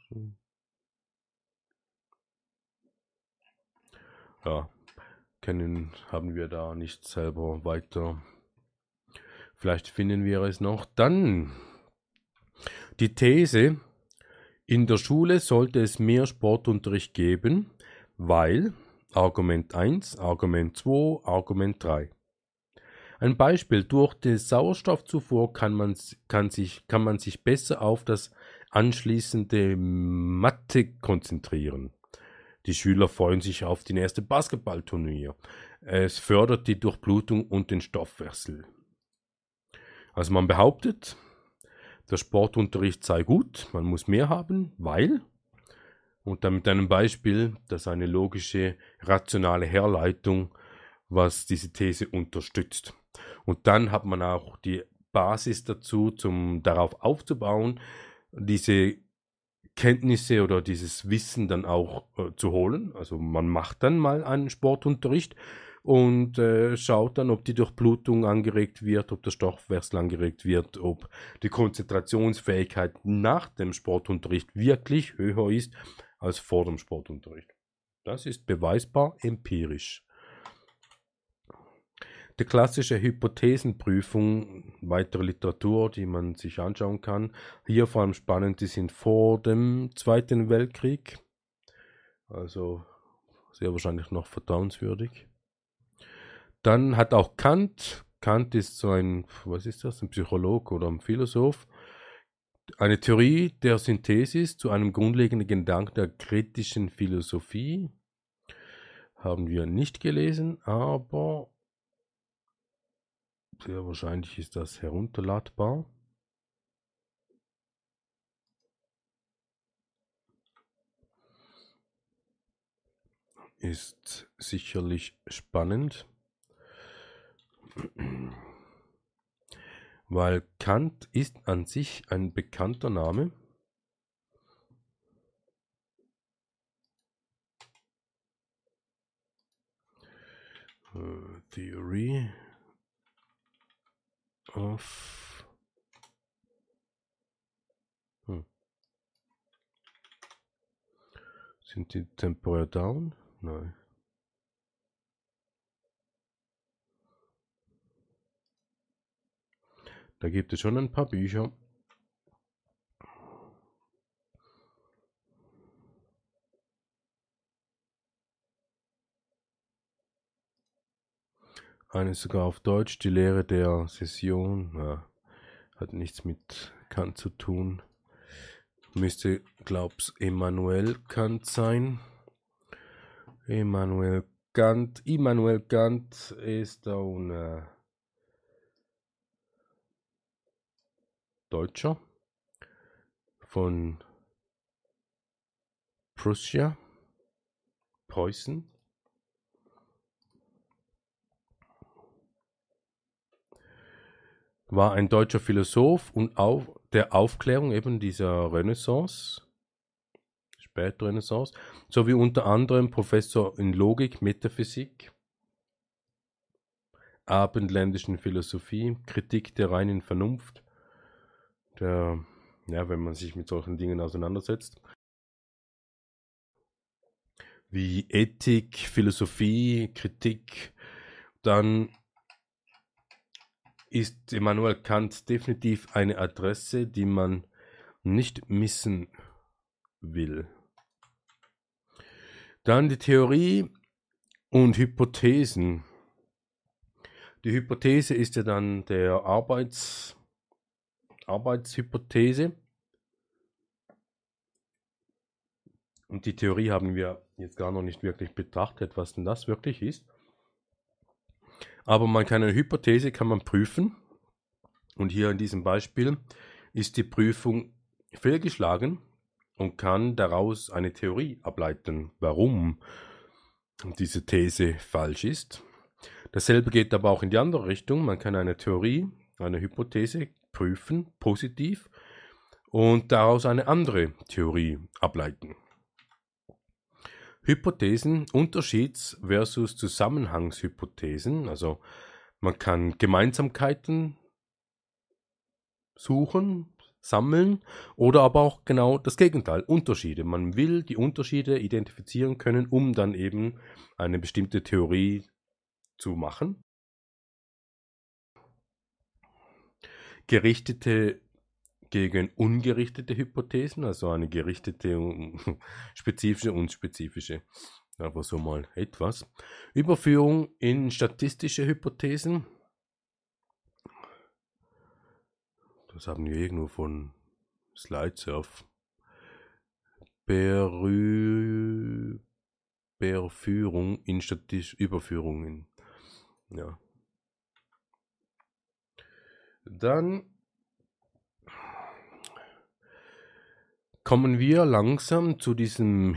Ja, haben wir da nicht selber weiter. Vielleicht finden wir es noch. Dann die These, in der Schule sollte es mehr Sportunterricht geben, weil Argument 1, Argument 2, Argument 3. Ein Beispiel, durch die Sauerstoffzufuhr kann man sich besser auf das anschließende Mathe konzentrieren. Die Schüler freuen sich auf die nächste Basketballturnier. Es fördert die Durchblutung und den Stoffwechsel. Also man behauptet, der Sportunterricht sei gut, man muss mehr haben, weil, und dann mit einem Beispiel, das eine logische, rationale Herleitung, was diese These unterstützt. Und dann hat man auch die Basis dazu, darauf aufzubauen, diese Kenntnisse oder dieses Wissen dann auch zu holen. Also man macht dann mal einen Sportunterricht und schaut dann, ob die Durchblutung angeregt wird, ob der Stoffwechsel angeregt wird, ob die Konzentrationsfähigkeit nach dem Sportunterricht wirklich höher ist als vor dem Sportunterricht. Das ist beweisbar empirisch. Die klassische Hypothesenprüfung, weitere Literatur, die man sich anschauen kann. Hier vor allem spannend, die sind vor dem Zweiten Weltkrieg. Also sehr wahrscheinlich noch vertrauenswürdig. Dann hat auch Kant ist so ein Psychologe oder ein Philosoph, eine Theorie der Synthesis zu einem grundlegenden Gedanken der kritischen Philosophie. Haben wir nicht gelesen, aber Sehr wahrscheinlich ist das herunterladbar. Ist sicherlich spannend, weil Kant ist an sich ein bekannter Name. Theory of Sind die temporär down? Nein. Da gibt es schon ein paar Bücher. Eines sogar auf Deutsch, die Lehre der Session. Ja, hat nichts mit Kant zu tun. Müsste, glaub's, Immanuel Kant sein. Immanuel Kant ist ein Deutscher von Prussia, Preußen. War ein deutscher Philosoph und der Aufklärung, eben dieser Renaissance, Spätrenaissance, sowie unter anderem Professor in Logik, Metaphysik, abendländischen Philosophie, Kritik der reinen Vernunft, wenn man sich mit solchen Dingen auseinandersetzt, wie Ethik, Philosophie, Kritik, dann ist Immanuel Kant definitiv eine Adresse, die man nicht missen will. Dann die Theorie und Hypothesen. Die Hypothese ist ja dann der Arbeitshypothese. Und die Theorie haben wir jetzt gar noch nicht wirklich betrachtet, was denn das wirklich ist. Aber eine Hypothese kann man prüfen. Und hier in diesem Beispiel ist die Prüfung fehlgeschlagen und kann daraus eine Theorie ableiten, warum diese These falsch ist. Dasselbe geht aber auch in die andere Richtung. Man kann eine Theorie, eine Hypothese prüfen, positiv, und daraus eine andere Theorie ableiten. Hypothesen, Unterschieds- versus Zusammenhangshypothesen. Also man kann Gemeinsamkeiten suchen, sammeln oder aber auch genau das Gegenteil, Unterschiede. Man will die Unterschiede identifizieren können, um dann eben eine bestimmte Theorie zu machen. Gerichtete gegen ungerichtete Hypothesen, also eine gerichtete, spezifische, unspezifische. Aber so mal etwas. Überführung in statistische Hypothesen. Das haben wir irgendwo von SlideSurf. Überführung in statistische Überführungen. Ja. Dann kommen wir langsam zu diesem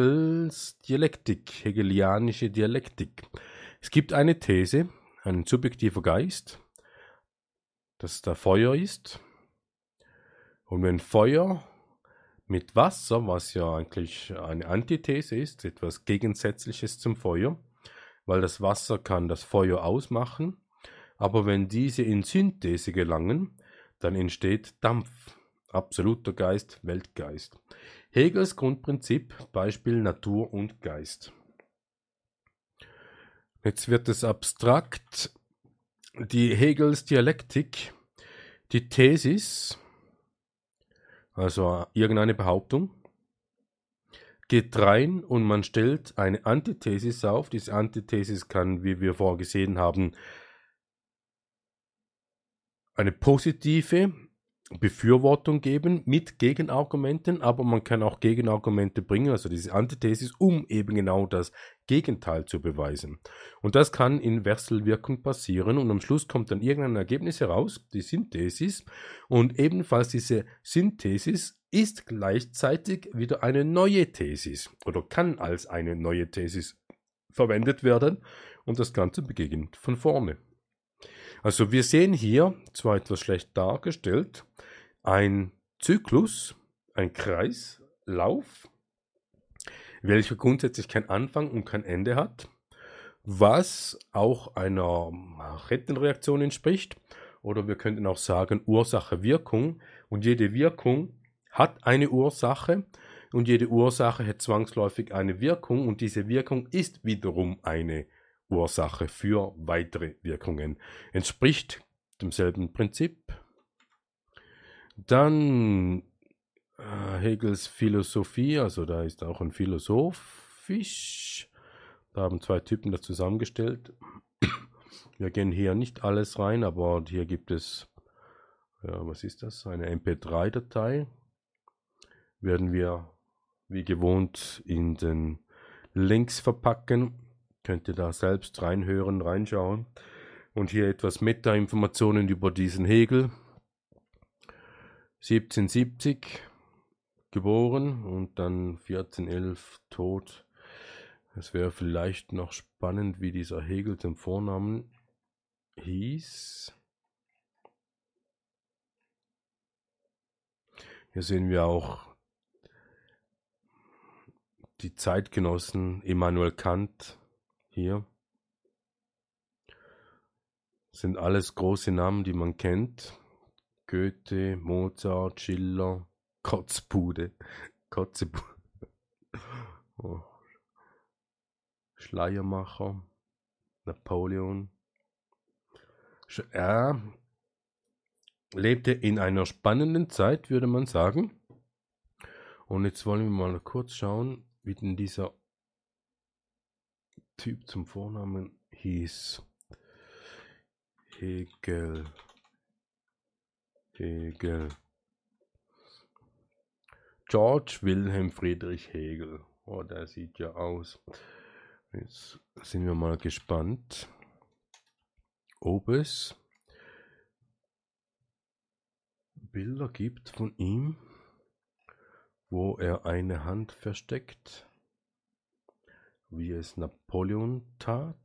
hegelianische Dialektik. Es gibt eine These, ein subjektiver Geist, dass da Feuer ist. Und wenn Feuer mit Wasser, was ja eigentlich eine Antithese ist, etwas Gegensätzliches zum Feuer, weil das Wasser kann das Feuer ausmachen, aber wenn diese in Synthese gelangen, dann entsteht Dampf. Absoluter Geist, Weltgeist. Hegels Grundprinzip, Beispiel Natur und Geist. Jetzt wird es abstrakt. Die Hegels Dialektik, die Thesis, also irgendeine Behauptung, geht rein und man stellt eine Antithesis auf. Diese Antithesis kann, wie wir vorgesehen haben, eine positive Befürwortung geben mit Gegenargumenten, aber man kann auch Gegenargumente bringen, also diese Antithesis, um eben genau das Gegenteil zu beweisen. Und das kann in Wechselwirkung passieren und am Schluss kommt dann irgendein Ergebnis heraus, die Synthesis, und ebenfalls diese Synthesis ist gleichzeitig wieder eine neue Thesis oder kann als eine neue Thesis verwendet werden und das Ganze beginnt von vorne. Also wir sehen hier, zwar etwas schlecht dargestellt, ein Zyklus, ein Kreislauf, welcher grundsätzlich keinen Anfang und kein Ende hat, was auch einer Kettenreaktion entspricht. Oder wir könnten auch sagen Ursache-Wirkung. Und jede Wirkung hat eine Ursache und jede Ursache hat zwangsläufig eine Wirkung und diese Wirkung ist wiederum eine Ursache für weitere Wirkungen. Entspricht demselben Prinzip. Dann Hegels Philosophie, also da ist auch ein Philosophisch. Da haben zwei Typen das zusammengestellt. Wir gehen hier nicht alles rein, aber hier gibt es, ja, was ist das? Eine MP3-Datei. Werden wir wie gewohnt in den Links verpacken. Könnt ihr da selbst reinhören, reinschauen. Und hier etwas Meta-Informationen über diesen Hegel. 1770 geboren und dann 1411 tot. Es wäre vielleicht noch spannend, wie dieser Hegel zum Vornamen hieß. Hier sehen wir auch die Zeitgenossen Immanuel Kant hier. Das sind alles große Namen, die man kennt. Goethe, Mozart, Schiller, Kotzbude. Oh. Schleiermacher, Napoleon. Er lebte in einer spannenden Zeit, würde man sagen. Und jetzt wollen wir mal kurz schauen, wie denn dieser Typ zum Vornamen hieß. Hegel. George Wilhelm Friedrich Hegel. Oh, der sieht ja aus. Jetzt sind wir mal gespannt, ob es Bilder gibt von ihm, wo er eine Hand versteckt, wie es Napoleon tat.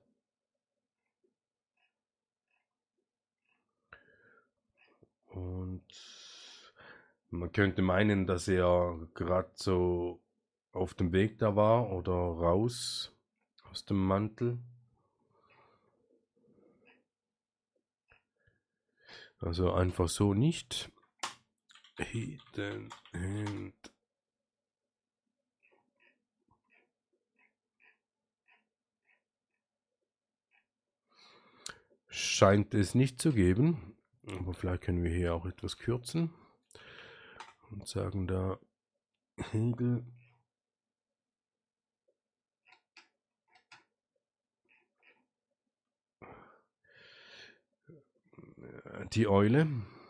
Und man könnte meinen, dass er gerade so auf dem Weg da war oder raus aus dem Mantel. Also einfach so nicht. Hidden Hand. Scheint es nicht zu geben. Aber vielleicht können wir hier auch etwas kürzen. Und sagen da Hegel. Die Eule.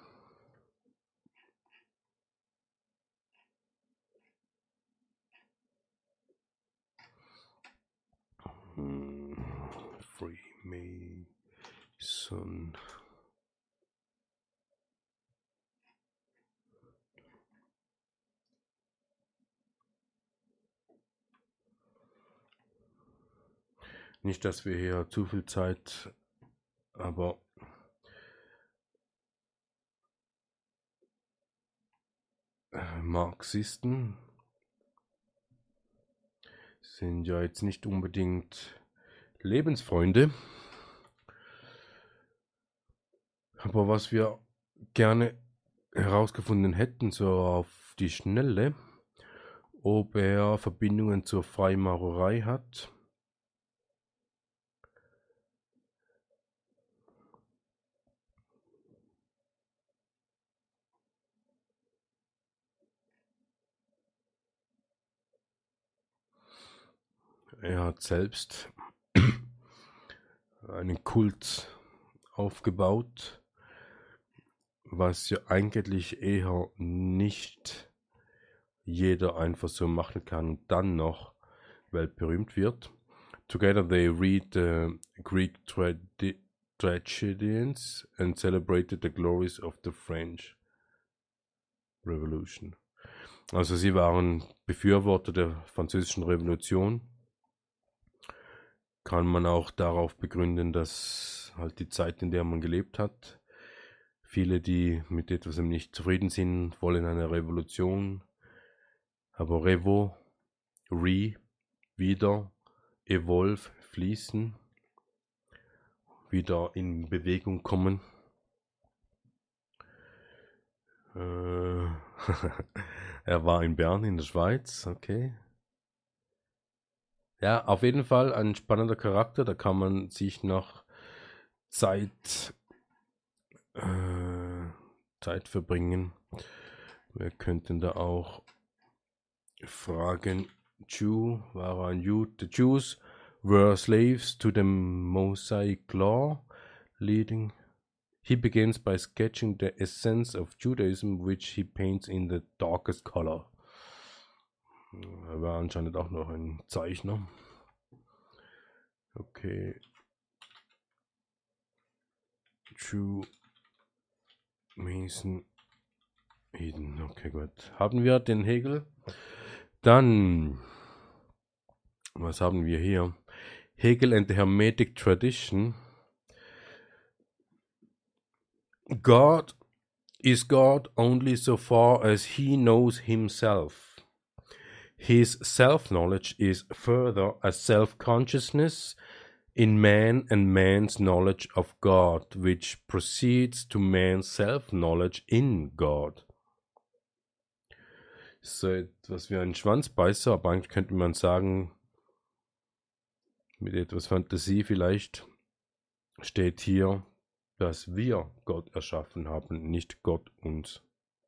Freemason. Nicht, dass wir hier zu viel Zeit, aber Marxisten sind ja jetzt nicht unbedingt Lebensfreunde. Aber was wir gerne herausgefunden hätten, so auf die Schnelle, ob er Verbindungen zur Freimaurerei hat. Er hat selbst einen Kult aufgebaut, was ja eigentlich eher nicht jeder einfach so machen kann und dann noch weltberühmt wird. Together they read the Greek tragedians and celebrated the glories of the French Revolution. Also sie waren Befürworter der französischen Revolution. Kann man auch darauf begründen, dass halt die Zeit, in der man gelebt hat, viele, die mit etwas nicht zufrieden sind, wollen eine Revolution. Aber wieder, evolve, fließen, wieder in Bewegung kommen. Er war in Bern in der Schweiz, okay. Ja, auf jeden Fall ein spannender Charakter, da kann man sich noch Zeit verbringen. Wir könnten da auch fragen, war ein Jude? The Jews were slaves to the Mosaic law, leading. He begins by sketching the essence of Judaism, which he paints in the darkest color. Er war anscheinend auch noch ein Zeichner. Okay. Jew, Mason, Eden. Okay, gut. Haben wir den Hegel? Dann, was haben wir hier? Hegel and the Hermetic Tradition. God is God only so far as he knows himself. His self-knowledge is further a self-consciousness in man and man's knowledge of God, which proceeds to man's self-knowledge in God. So etwas wie ein Schwanzbeißer, aber eigentlich könnte man sagen, mit etwas Fantasie vielleicht, steht hier, dass wir Gott erschaffen haben, nicht Gott uns.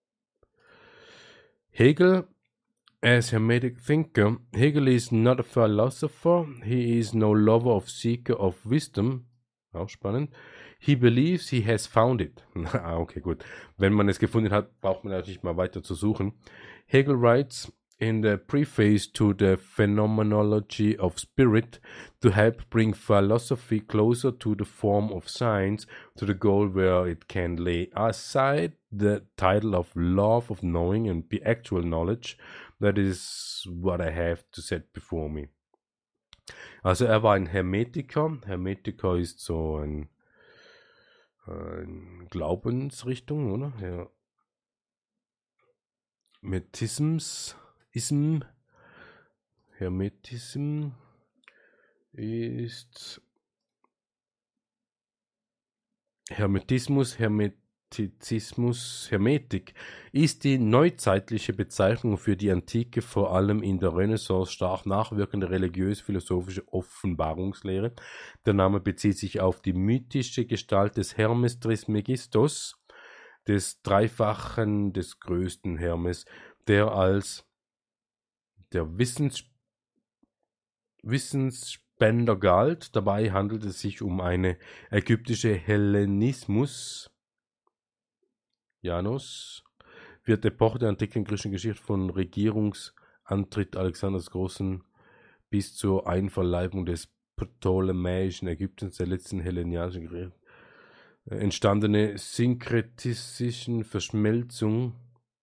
Hegel, as Hermetic thinker, Hegel is not a philosopher, he is no lover of seeker of wisdom, auch spannend. He believes he has found it. Okay, gut. Wenn man es gefunden hat, braucht man natürlich mal weiter zu suchen. Hegel writes in the preface to the Phenomenology of Spirit to help bring philosophy closer to the form of science, to the goal where it can lay aside the title of love of knowing and be actual knowledge. That is what I have to set before me. Also er war ein Hermetiker. Hermetiker ist so ein Glaubensrichtung, oder? Ja. Hermetismus ist Hermetik ist die neuzeitliche Bezeichnung für die Antike, vor allem in der Renaissance stark nachwirkende religiös-philosophische Offenbarungslehre. Der Name bezieht sich auf die mythische Gestalt des Hermes Trismegistos, des Dreifachen des größten Hermes, der als der Wissensspender galt. Dabei handelt es sich um eine ägyptische Hellenismus. Janus wird Epoche der antiken griechischen Geschichte von Regierungsantritt Alexanders Großen bis zur Einverleibung des ptolemäischen Ägyptens, der letzten hellenianischen Geschichte, entstandene synkretistischen Verschmelzung,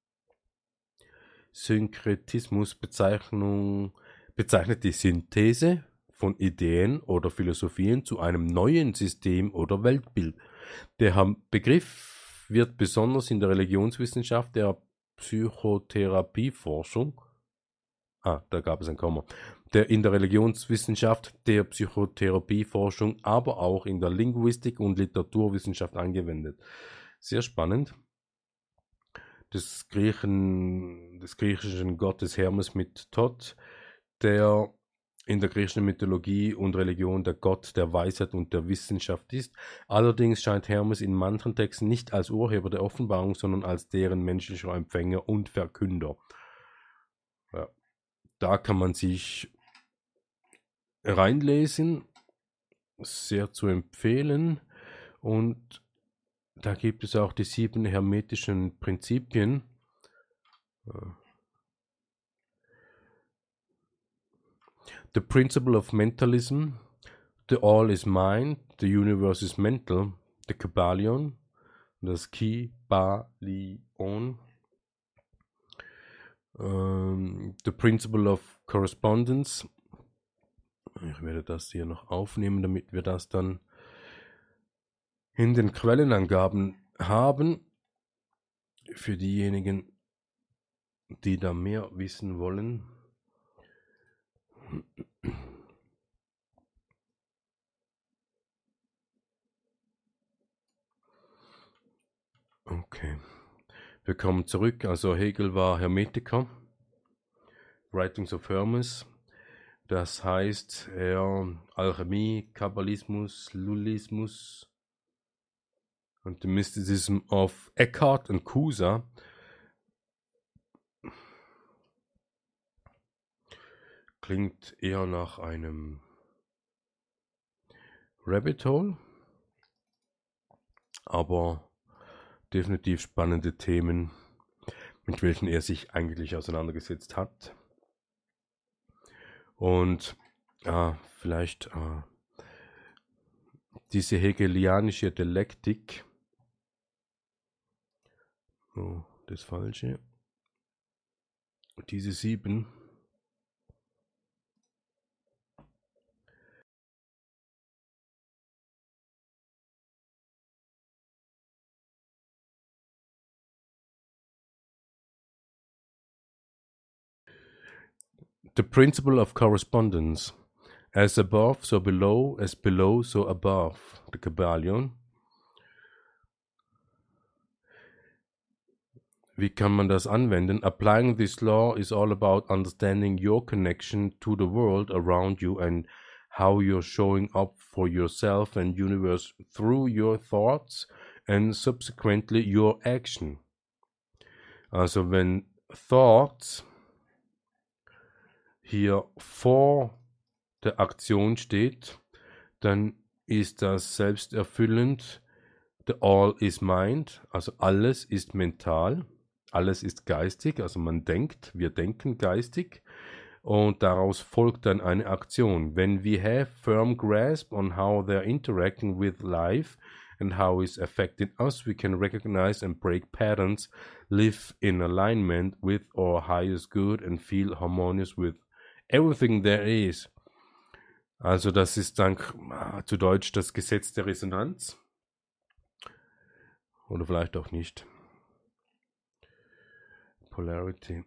Synkretismus bezeichnet die Synthese von Ideen oder Philosophien zu einem neuen System oder Weltbild. Der Begriff wird besonders in der Religionswissenschaft, der Psychotherapieforschung, da gab es ein Komma, in der Religionswissenschaft, der Psychotherapieforschung, aber auch in der Linguistik und Literaturwissenschaft angewendet. Sehr spannend. Des griechischen Gottes Hermes mit Thoth, der in der griechischen Mythologie und Religion der Gott der Weisheit und der Wissenschaft ist. Allerdings scheint Hermes in manchen Texten nicht als Urheber der Offenbarung, sondern als deren menschlicher Empfänger und Verkünder. Ja, da kann man sich reinlesen, sehr zu empfehlen. Und Da gibt es auch die 7 hermetischen Prinzipien. The principle of mentalism, the all is mind, the universe is mental, the Kybalion, das Kybalion, the principle of correspondence. Ich werde das hier noch aufnehmen, damit wir das dann in den Quellenangaben haben. Für diejenigen, die da mehr wissen wollen. Okay. Wir kommen zurück. Also Hegel war Hermetiker. Writings of Hermes. Das heißt, Alchemie, Kabbalismus, Lullismus und the Mysticism of Eckhart und Cusa klingt eher nach einem Rabbit Hole, aber definitiv spannende Themen, mit welchen er sich eigentlich auseinandergesetzt hat. Und vielleicht diese hegelianische Dialektik, oh, das Falsche, diese 7, the principle of correspondence, as above, so below, as below, so above, the Kybalion. Wie kann man das anwenden? Applying this law is all about understanding your connection to the world around you and how you're showing up for yourself and universe through your thoughts and subsequently your action. Also wenn Thoughts hier vor der Aktion steht, dann ist das selbsterfüllend. The all is mind, also alles ist mental. Alles ist geistig, also man denkt, wir denken geistig und daraus folgt dann eine Aktion. When we have firm grasp on how they're interacting with life and how it's affecting us, we can recognize and break patterns, live in alignment with our highest good and feel harmonious with everything there is. Also das ist dann zu Deutsch das Gesetz der Resonanz. Oder vielleicht auch nicht. Polarity.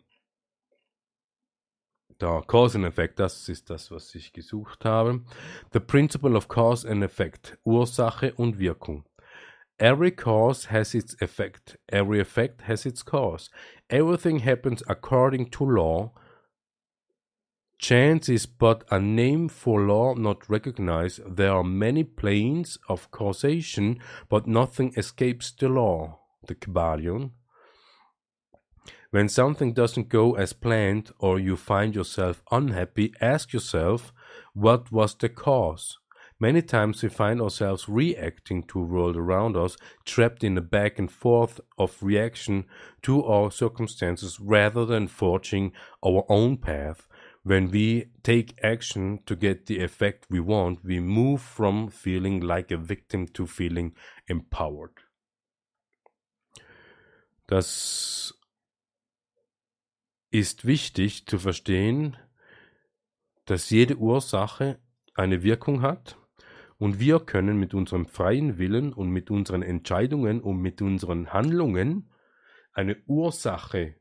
Da, Cause and Effect, das ist das, was ich gesucht habe. The principle of cause and effect, Ursache und Wirkung. Every cause has its effect, every effect has its cause. Everything happens according to law. Chance is but a name for law not recognized. There are many planes of causation, but nothing escapes the law. The Kybalion. When something doesn't go as planned or you find yourself unhappy, ask yourself, what was the cause? Many times we find ourselves reacting to the world around us, trapped in a back and forth of reaction to our circumstances rather than forging our own path. When we take action to get the effect we want, we move from feeling like a victim to feeling empowered. Das ist wichtig zu verstehen, dass jede Ursache eine Wirkung hat und wir können mit unserem freien Willen und mit unseren Entscheidungen und mit unseren Handlungen eine Ursache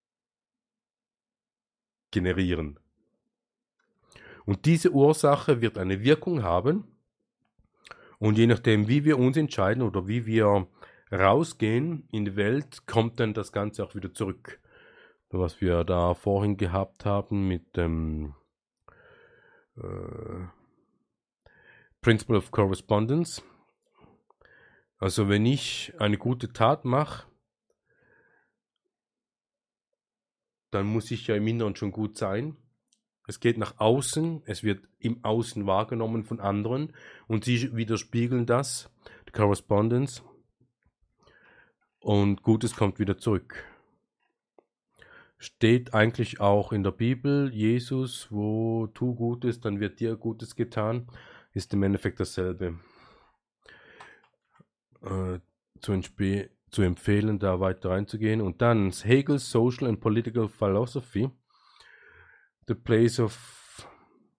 generieren. Und diese Ursache wird eine Wirkung haben und je nachdem, wie wir uns entscheiden oder wie wir rausgehen in die Welt, kommt dann das Ganze auch wieder zurück. Was wir da vorhin gehabt haben mit dem Principle of Correspondence. Also wenn ich eine gute Tat mache, dann muss ich ja im Inneren schon gut sein. Es geht nach außen, es wird im Außen wahrgenommen von anderen und sie widerspiegeln das, die Correspondence. und Gutes kommt wieder zurück. Steht eigentlich auch in der Bibel, Jesus, wo tu Gutes, dann wird dir Gutes getan, ist im Endeffekt dasselbe. Zu empfehlen, da weiter reinzugehen. Und dann Hegel's Social and Political Philosophy, The Place of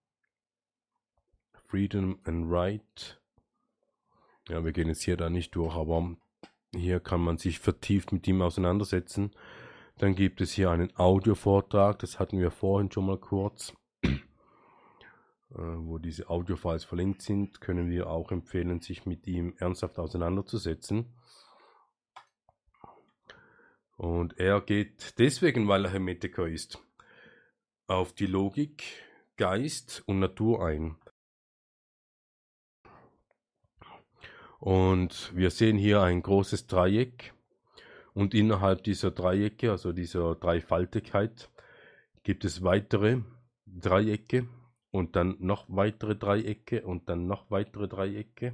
Freedom and Right. Ja, wir gehen jetzt hier da nicht durch, aber hier kann man sich vertieft mit ihm auseinandersetzen. Dann gibt es hier einen Audiovortrag, das hatten wir vorhin schon mal kurz, wo diese Audiofiles verlinkt sind, können wir auch empfehlen, sich mit ihm ernsthaft auseinanderzusetzen. Und er geht deswegen, weil er Hermetiker ist, auf die Logik, Geist und Natur ein. Und wir sehen hier ein großes Dreieck. Und innerhalb dieser Dreiecke, also dieser Dreifaltigkeit, gibt es weitere Dreiecke und dann noch weitere Dreiecke und dann noch weitere Dreiecke.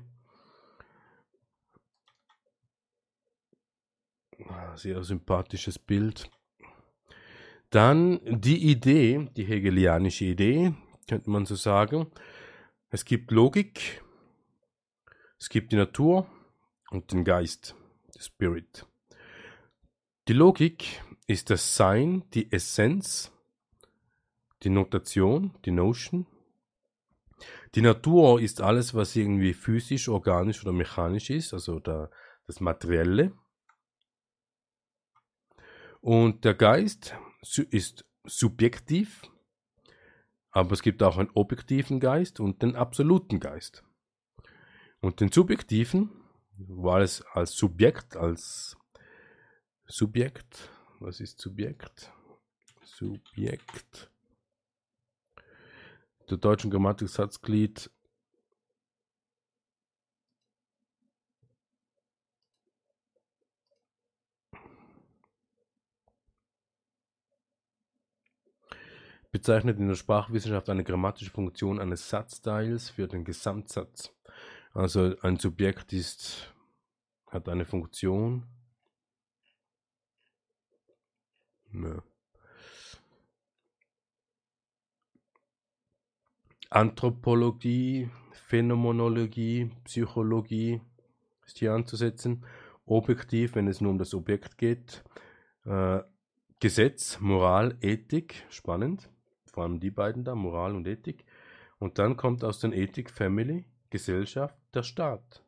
Sehr sympathisches Bild. Dann die Idee, die hegelianische Idee, könnte man so sagen. Es gibt Logik, es gibt die Natur und den Geist, den Spirit. Die Logik ist das Sein, die Essenz, die Notation, die Notion. Die Natur ist alles, was irgendwie physisch, organisch oder mechanisch ist, also das Materielle. Und der Geist ist subjektiv, aber es gibt auch einen objektiven Geist und den absoluten Geist. Und den subjektiven, weil es als Subjekt, was ist Subjekt? Subjekt. Der deutschen Grammatik Satzglied bezeichnet in der Sprachwissenschaft eine grammatische Funktion eines Satzteils für den Gesamtsatz. Also ein Subjekt hat eine Funktion. Ja. Anthropologie, Phänomenologie, Psychologie ist hier anzusetzen. Objektiv, wenn es nur um das Objekt geht. Gesetz, Moral, Ethik, spannend. Vor allem die beiden da, Moral und Ethik. Und dann kommt aus den Ethik Family, Gesellschaft, der Staat.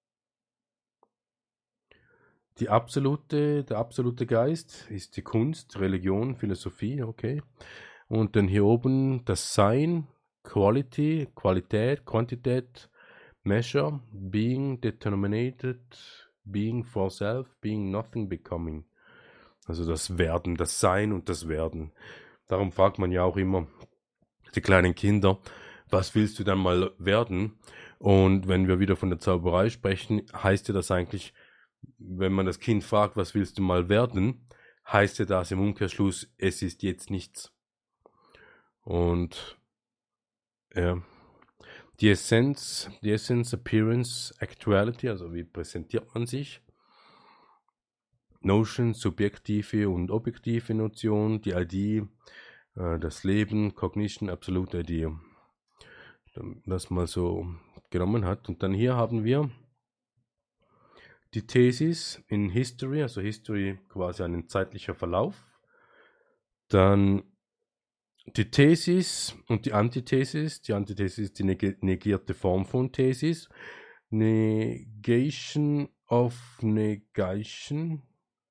Der absolute Geist ist die Kunst, Religion, Philosophie, okay. Und dann hier oben das Sein, Quality, Qualität, Quantität, Measure, Being, Determinated, Being for Self, Being Nothing, Becoming. Also das Werden, das Sein und das Werden. Darum fragt man ja auch immer die kleinen Kinder, was willst du dann mal werden? Und wenn wir wieder von der Zauberei sprechen, heißt ja das eigentlich, wenn man das Kind fragt, was willst du mal werden, heißt ja das im Umkehrschluss, es ist jetzt nichts. Und ja, die Essenz, Appearance, Actuality, also wie präsentiert man sich? Notion, subjektive und objektive Notion, die ID, das Leben, Cognition, absolute Idee. Das mal so genommen hat. Und dann hier haben wir die Thesis in History, also History quasi ein zeitlicher Verlauf. Dann die Thesis und die Antithesis. Die Antithesis ist die negierte Form von Thesis. Negation of Negation.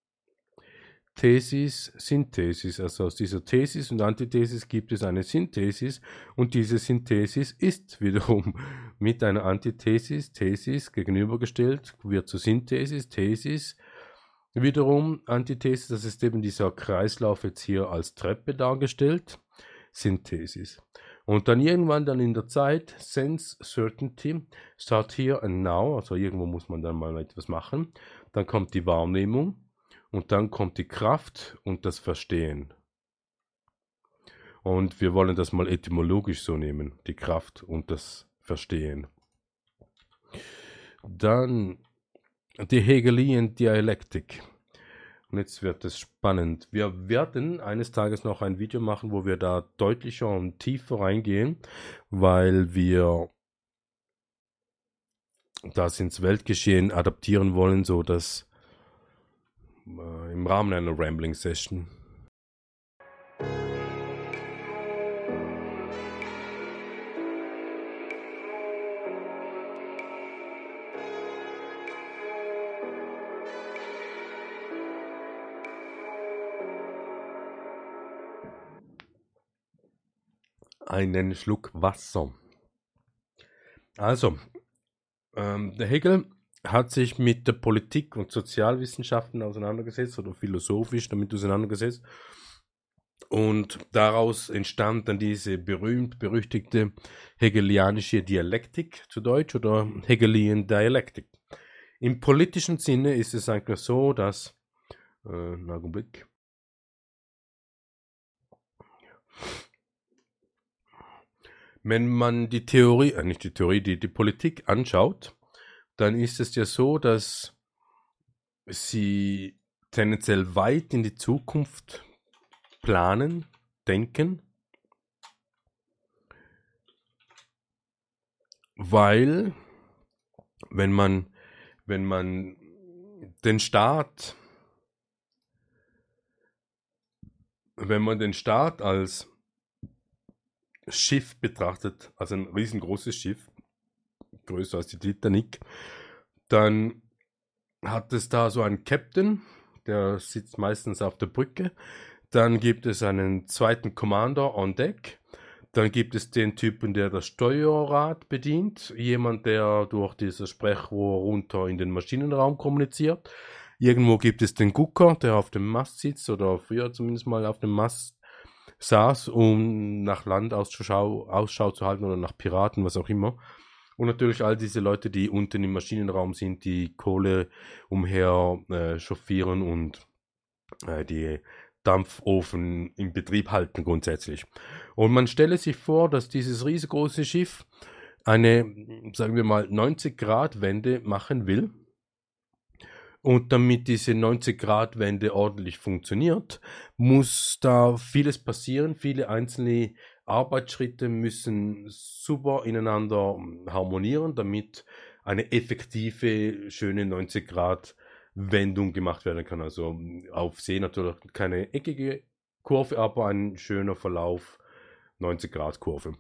Thesis, Synthesis. Also aus dieser Thesis und Antithesis gibt es eine Synthesis und diese Synthesis ist wiederum mit einer Antithesis, Thesis gegenübergestellt, wird zur Synthesis, Thesis, wiederum Antithesis, das ist eben dieser Kreislauf jetzt hier als Treppe dargestellt, Synthesis. Und dann irgendwann dann in der Zeit, Sense, Certainty, start here and now, also irgendwo muss man dann mal etwas machen, dann kommt die Wahrnehmung, und dann kommt die Kraft und das Verstehen. Und wir wollen das mal etymologisch so nehmen, die Kraft und das Verstehen. Dann die Hegelian Dialektik. Und jetzt wird es spannend. Wir werden eines Tages noch ein Video machen, wo wir da deutlicher und tiefer reingehen, weil wir das ins Weltgeschehen adaptieren wollen, so dass im Rahmen einer Rambling-Session. Einen Schluck Wasser. Also, der Hegel hat sich mit der Politik und Sozialwissenschaften auseinandergesetzt oder philosophisch damit auseinandergesetzt. Und daraus entstand dann diese berühmt-berüchtigte hegelianische Dialektik zu Deutsch oder Hegelian Dialektik. Im politischen Sinne ist es eigentlich so, dass, einen Augenblick, wenn man die Theorie, nicht die Theorie, die Politik anschaut, dann ist es ja so, dass sie tendenziell weit in die Zukunft planen, denken, weil wenn man den Staat als Schiff betrachtet, also ein riesengroßes Schiff, größer als die Titanic, dann hat es da so einen Captain, der sitzt meistens auf der Brücke, dann gibt es einen zweiten Commander on Deck, dann gibt es den Typen, der das Steuerrad bedient, jemand, der durch dieses Sprechrohr runter in den Maschinenraum kommuniziert. Irgendwo gibt es den Gucker, der auf dem Mast sitzt oder früher zumindest mal auf dem Mast saß, um nach Land Ausschau zu halten oder nach Piraten, was auch immer. Und natürlich all diese Leute, die unten im Maschinenraum sind, die Kohle umher chauffieren und die Dampfofen in Betrieb halten grundsätzlich. Und man stelle sich vor, dass dieses riesengroße Schiff eine, sagen wir mal, 90-Grad-Wende machen will. Und damit diese 90-Grad-Wende ordentlich funktioniert, muss da vieles passieren. Viele einzelne Arbeitsschritte müssen super ineinander harmonieren, damit eine effektive, schöne 90-Grad-Wendung gemacht werden kann. Also auf See natürlich keine eckige Kurve, aber ein schöner Verlauf, 90-Grad-Kurve.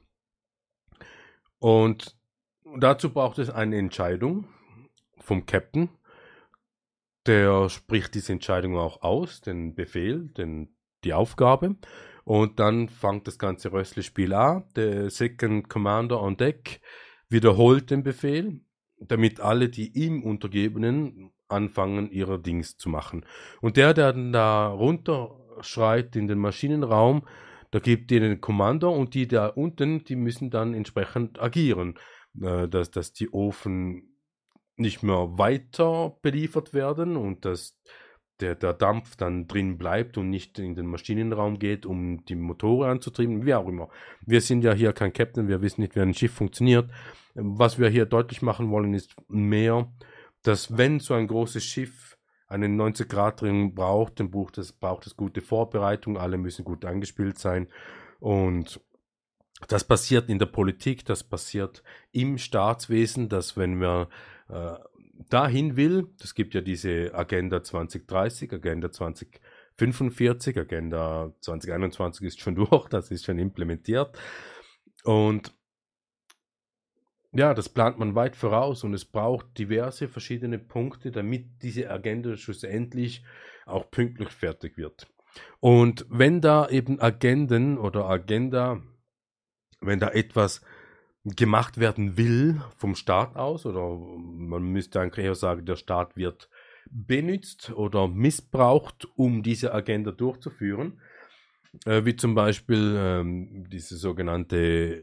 Und dazu braucht es eine Entscheidung vom Captain. Der spricht diese Entscheidung auch aus, den Befehl, die Aufgabe. Und dann fängt das ganze Rösslispiel an. Der Second Commander on Deck wiederholt den Befehl, damit alle die ihm Untergebenen anfangen, ihre Dings zu machen. Und der dann da runterschreit in den Maschinenraum, da gibt denen den Kommando und die da unten, die müssen dann entsprechend agieren, dass die Ofen nicht mehr weiter beliefert werden und dass der Dampf dann drin bleibt und nicht in den Maschinenraum geht, um die Motoren anzutrieben, wie auch immer. Wir sind ja hier kein Captain, wir wissen nicht, wie ein Schiff funktioniert. Was wir hier deutlich machen wollen, ist mehr, dass wenn so ein großes Schiff einen 90-Grad-Drehung braucht, dann braucht es gute Vorbereitung, alle müssen gut angespielt sein und das passiert in der Politik, das passiert im Staatswesen, dass wenn wir dahin will, das gibt ja diese Agenda 2030, Agenda 2045, Agenda 2021 ist schon durch, das ist schon implementiert und ja, das plant man weit voraus und es braucht diverse verschiedene Punkte, damit diese Agenda schlussendlich auch pünktlich fertig wird. Und wenn da eben Agenden oder Agenda, wenn da etwas gemacht werden will vom Staat aus, oder man müsste eigentlich eher sagen, der Staat wird benutzt oder missbraucht, um diese Agenda durchzuführen, wie zum Beispiel diese sogenannte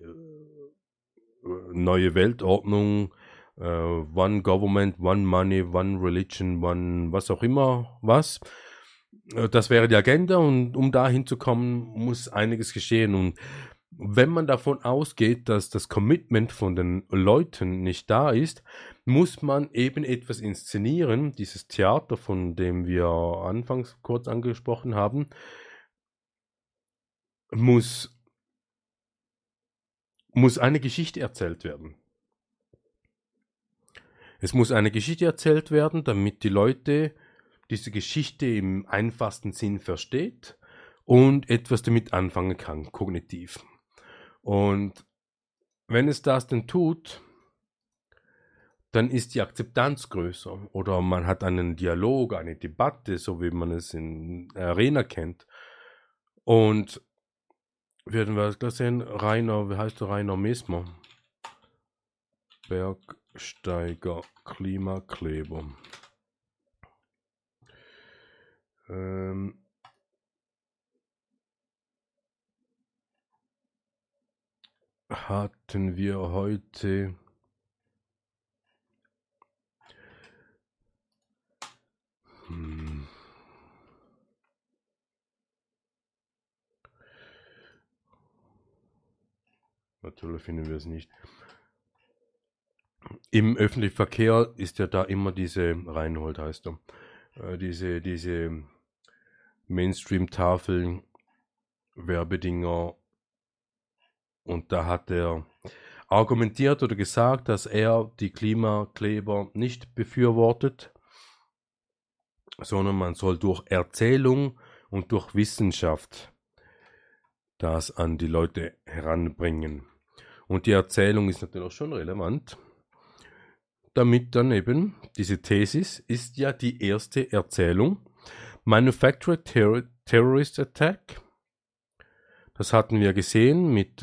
neue Weltordnung, One Government, One Money, One Religion, One was auch immer was. Das wäre die Agenda und um dahin zu kommen, muss einiges geschehen und Wenn man davon ausgeht, dass das Commitment von den Leuten nicht da ist, muss man eben etwas inszenieren. Dieses Theater, von dem wir anfangs kurz angesprochen haben, muss eine Geschichte erzählt werden. Es muss eine Geschichte erzählt werden, damit die Leute diese Geschichte im einfachsten Sinn versteht und etwas damit anfangen kann, kognitiv. Und wenn es das denn tut, dann ist die Akzeptanz größer. Oder man hat einen Dialog, eine Debatte, so wie man es in Arena kennt. Und werden wir das sehen, Rainer, wie heißt der Rainer Mesmer? Bergsteiger Klimakleber. Hatten wir heute natürlich finden wir es nicht. Im öffentlichen Verkehr ist ja da immer diese, Reinhold heißt er, diese Mainstream-Tafeln, Werbedinger, und da hat er argumentiert oder gesagt, dass er die Klimakleber nicht befürwortet, sondern man soll durch Erzählung und durch Wissenschaft das an die Leute heranbringen. Und die Erzählung ist natürlich schon relevant, damit dann eben, diese Thesis ist ja die erste Erzählung, Manufactured Terrorist Attack, das hatten wir gesehen mit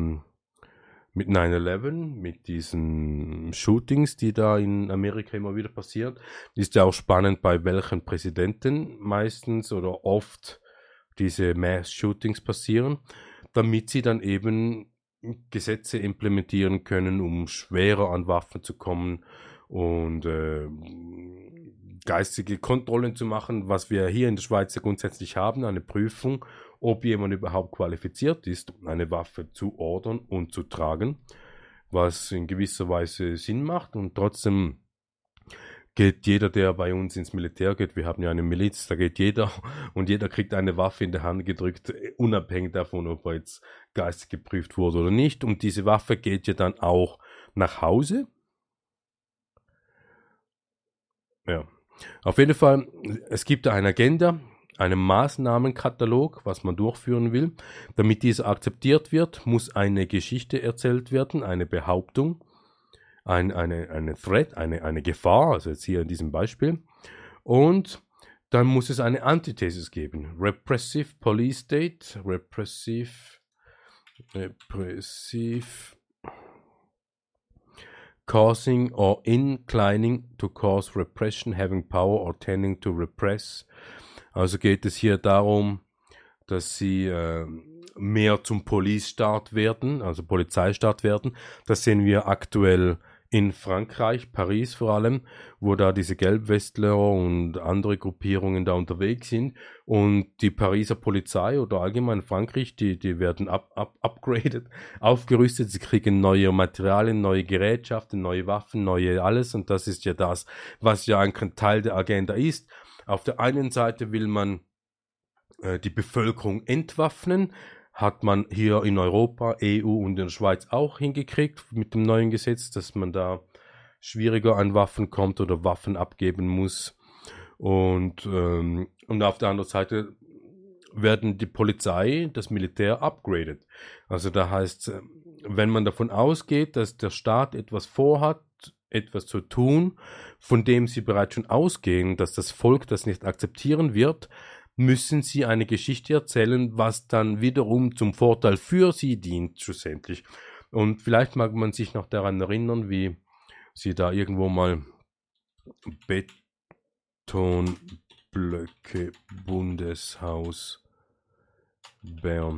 9/11, mit diesen Shootings, die da in Amerika immer wieder passieren. Ist ja auch spannend, bei welchen Präsidenten meistens oder oft diese Mass-Shootings passieren, damit sie dann eben Gesetze implementieren können, um schwerer an Waffen zu kommen und geistige Kontrollen zu machen, was wir hier in der Schweiz ja grundsätzlich haben, eine Prüfung, ob jemand überhaupt qualifiziert ist, eine Waffe zu ordern und zu tragen, was in gewisser Weise Sinn macht, und trotzdem geht jeder, der bei uns ins Militär geht, wir haben ja eine Miliz, da geht jeder und jeder kriegt eine Waffe in der Hand gedrückt, unabhängig davon, ob er jetzt geistig geprüft wurde oder nicht, und diese Waffe geht ja dann auch nach Hause. Ja, auf jeden Fall, es gibt da eine Agenda, einen Maßnahmenkatalog, was man durchführen will. Damit dieser akzeptiert wird, muss eine Geschichte erzählt werden, eine Behauptung, eine Threat, eine Gefahr, also jetzt hier in diesem Beispiel. Und dann muss es eine Antithesis geben. Repressive Police State, repressive causing or inclining to cause repression, having power or tending to repress. Also geht es hier darum, dass sie mehr zum Police-Staat werden, also Polizeistaat werden. Das sehen wir aktuell in Frankreich, Paris vor allem, wo da diese Gelbwestler und andere Gruppierungen da unterwegs sind, und die Pariser Polizei oder allgemein Frankreich, die werden upgraded, aufgerüstet, sie kriegen neue Materialien, neue Gerätschaften, neue Waffen, neue alles, und das ist ja das, was ja ein Teil der Agenda ist. Auf der einen Seite will man die Bevölkerung entwaffnen, hat man hier in Europa, EU und in der Schweiz auch hingekriegt mit dem neuen Gesetz, dass man da schwieriger an Waffen kommt oder Waffen abgeben muss. Und auf der anderen Seite werden die Polizei, das Militär upgraded. Also da heißt, wenn man davon ausgeht, dass der Staat etwas vorhat, etwas zu tun, von dem sie bereits schon ausgehen, dass das Volk das nicht akzeptieren wird, müssen sie eine Geschichte erzählen, was dann wiederum zum Vorteil für sie dient, schlussendlich. Und vielleicht mag man sich noch daran erinnern, wie sie da irgendwo mal Betonblöcke, Bundeshaus, Bern.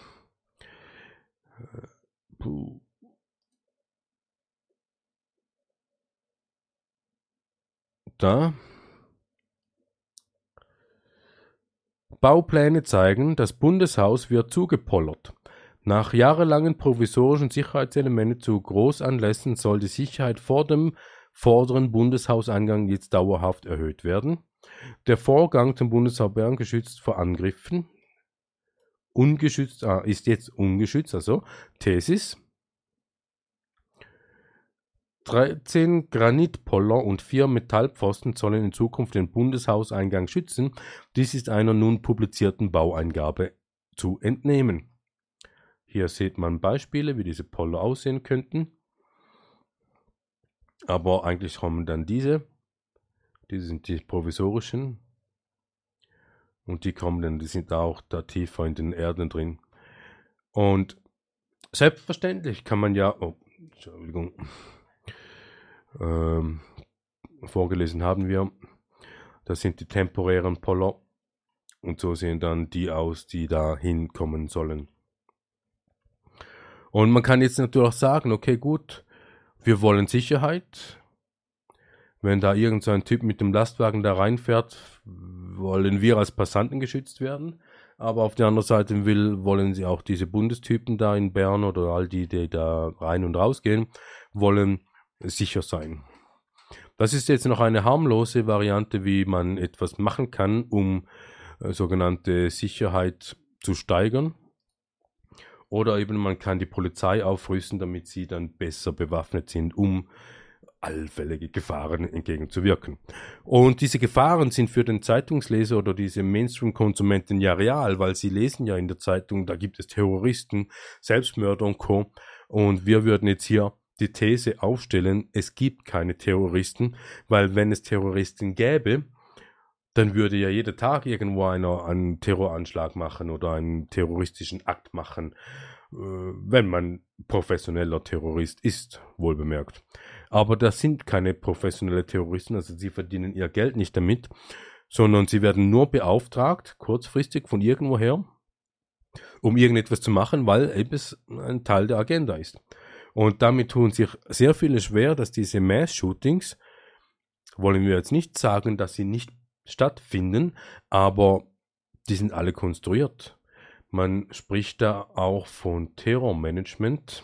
Da Baupläne zeigen, das Bundeshaus wird zugepollert. Nach jahrelangen provisorischen Sicherheitselemente zu Großanlässen soll die Sicherheit vor dem vorderen Bundeshauseingang jetzt dauerhaft erhöht werden. Der Vorgang zum Bundeshaus Bern geschützt vor Angriffen. Ist jetzt ungeschützt, also Thesis. 13 Granitpoller und 4 Metallpfosten sollen in Zukunft den Bundeshauseingang schützen. Dies ist einer nun publizierten Baueingabe zu entnehmen. Hier sieht man Beispiele, wie diese Poller aussehen könnten. Aber eigentlich kommen dann diese. Diese sind die provisorischen. Und die sind auch da tiefer in den Erden drin. Und selbstverständlich kann man ja, vorgelesen haben wir, das sind die temporären Poller. Und so sehen dann die aus, die da hinkommen sollen. Und man kann jetzt natürlich auch sagen, okay, gut, wir wollen Sicherheit. Wenn da irgend so ein Typ mit dem Lastwagen da reinfährt, wollen wir als Passanten geschützt werden. Aber auf der anderen Seite wollen sie auch diese Bundestypen da in Bern oder all die da rein und rausgehen, wollen sicher sein. Das ist jetzt noch eine harmlose Variante, wie man etwas machen kann, um sogenannte Sicherheit zu steigern. Oder eben man kann die Polizei aufrüsten, damit sie dann besser bewaffnet sind, um allfällige Gefahren entgegenzuwirken. Und diese Gefahren sind für den Zeitungsleser oder diese Mainstream-Konsumenten ja real, weil sie lesen ja in der Zeitung, da gibt es Terroristen, Selbstmörder und Co. Und wir würden jetzt hier die These aufstellen, es gibt keine Terroristen, weil wenn es Terroristen gäbe, dann würde ja jeder Tag irgendwo einer einen Terroranschlag machen oder einen terroristischen Akt machen, wenn man professioneller Terrorist ist, wohlbemerkt. Aber das sind keine professionelle Terroristen, also sie verdienen ihr Geld nicht damit, sondern sie werden nur beauftragt, kurzfristig von irgendwoher, um irgendetwas zu machen, weil eben es ein Teil der Agenda ist. Und damit tun sich sehr viele schwer, dass diese Mass-Shootings, wollen wir jetzt nicht sagen, dass sie nicht stattfinden, aber die sind alle konstruiert. Man spricht da auch von Terrormanagement.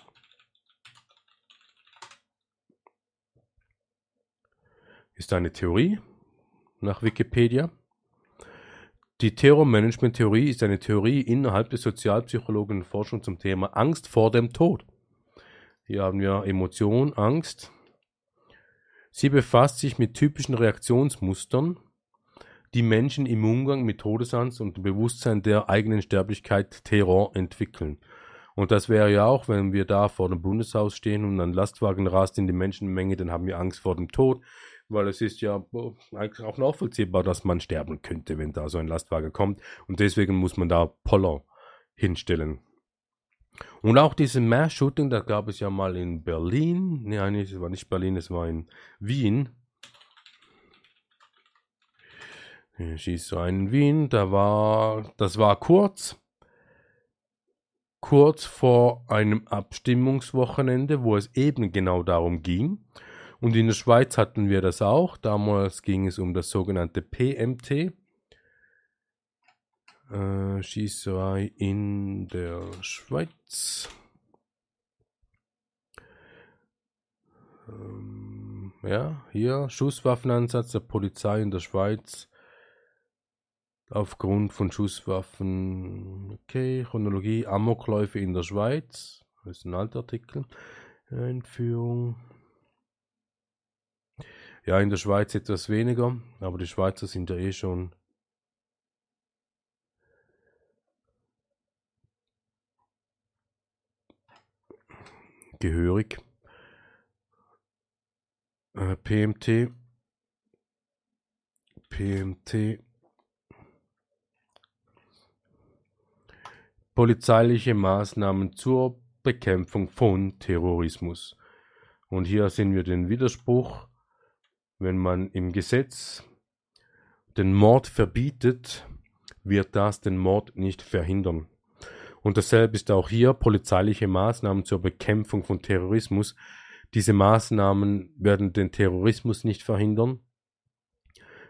Ist eine Theorie nach Wikipedia. Die Terrormanagement-Theorie ist eine Theorie innerhalb der sozialpsychologischen Forschung zum Thema Angst vor dem Tod. Hier haben wir Emotion, Angst. Sie befasst sich mit typischen Reaktionsmustern, die Menschen im Umgang mit Todesangst und dem Bewusstsein der eigenen Sterblichkeit Terror entwickeln. Und das wäre ja auch, wenn wir da vor dem Bundeshaus stehen und ein Lastwagen rast in die Menschenmenge, dann haben wir Angst vor dem Tod, weil es ist ja eigentlich auch nachvollziehbar, dass man sterben könnte, wenn da so ein Lastwagen kommt. Und deswegen muss man da Poller hinstellen. Und auch diese Mass-Shooting, da gab es ja mal in Berlin, nee, es war nicht Berlin, es war in Wien. Schießerei in Wien, das war kurz vor einem Abstimmungswochenende, wo es eben genau darum ging. Und in der Schweiz hatten wir das auch. Damals ging es um das sogenannte PMT. Schießerei in der Schweiz. Ja, hier Schusswaffeneinsatz der Polizei in der Schweiz. Aufgrund von Schusswaffen, okay, Chronologie, Amokläufe in der Schweiz, das ist ein alter Artikel, Einführung. Ja, in der Schweiz etwas weniger, aber die Schweizer sind ja eh schon gehörig. PMT. Polizeiliche Maßnahmen zur Bekämpfung von Terrorismus. Und hier sehen wir den Widerspruch, wenn man im Gesetz den Mord verbietet, wird das den Mord nicht verhindern. Und dasselbe ist auch hier, polizeiliche Maßnahmen zur Bekämpfung von Terrorismus. Diese Maßnahmen werden den Terrorismus nicht verhindern.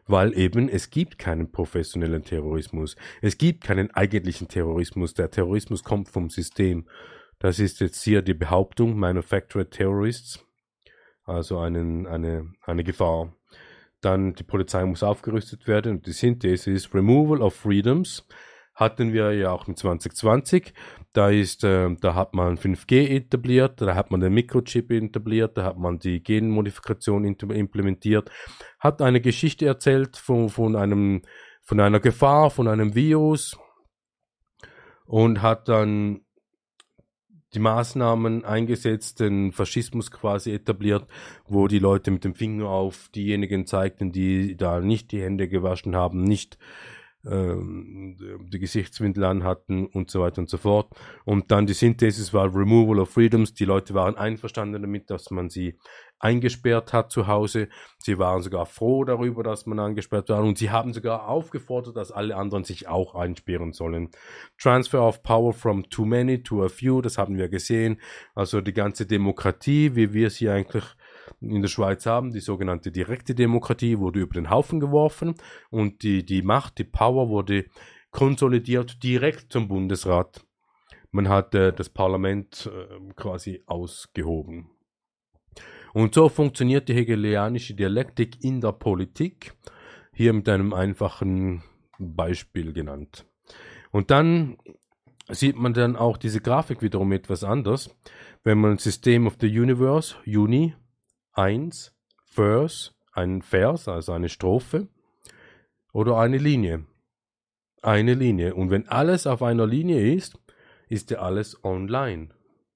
weil eben es gibt keinen professionellen Terrorismus. Es gibt keinen eigentlichen Terrorismus. Der Terrorismus kommt vom System. Das ist jetzt hier die Behauptung, Manufactured Terrorists, also eine Gefahr. Dann die Polizei muss aufgerüstet werden und die Synthese ist Removal of Freedoms. Hatten wir ja auch in 2020. Da hat man 5G etabliert, da hat man den Mikrochip etabliert, da hat man die Genmodifikation implementiert, hat eine Geschichte erzählt von einer Gefahr, von einem Virus und hat dann die Maßnahmen eingesetzt, den Faschismus quasi etabliert, wo die Leute mit dem Finger auf diejenigen zeigten, die da nicht die Hände gewaschen haben, nicht die Gesichtswindel anhatten und so weiter und so fort. Und dann die Synthesis war Removal of Freedoms. Die Leute waren einverstanden damit, dass man sie eingesperrt hat zu Hause. Sie waren sogar froh darüber, dass man eingesperrt war. Und sie haben sogar aufgefordert, dass alle anderen sich auch einsperren sollen. Transfer of Power from too many to a few, das haben wir gesehen. Also die ganze Demokratie, wie wir sie eigentlich in der Schweiz haben, die sogenannte direkte Demokratie, wurde über den Haufen geworfen und die Macht, die Power wurde konsolidiert direkt zum Bundesrat. Man hat das Parlament quasi ausgehoben. Und so funktioniert die hegelianische Dialektik in der Politik, hier mit einem einfachen Beispiel genannt. Und dann sieht man dann auch diese Grafik wiederum etwas anders, wenn man System of the Universe, Uni, 1, Verse, ein Vers, also eine Strophe, oder eine Linie. Eine Linie. Und wenn alles auf einer Linie ist ja alles online.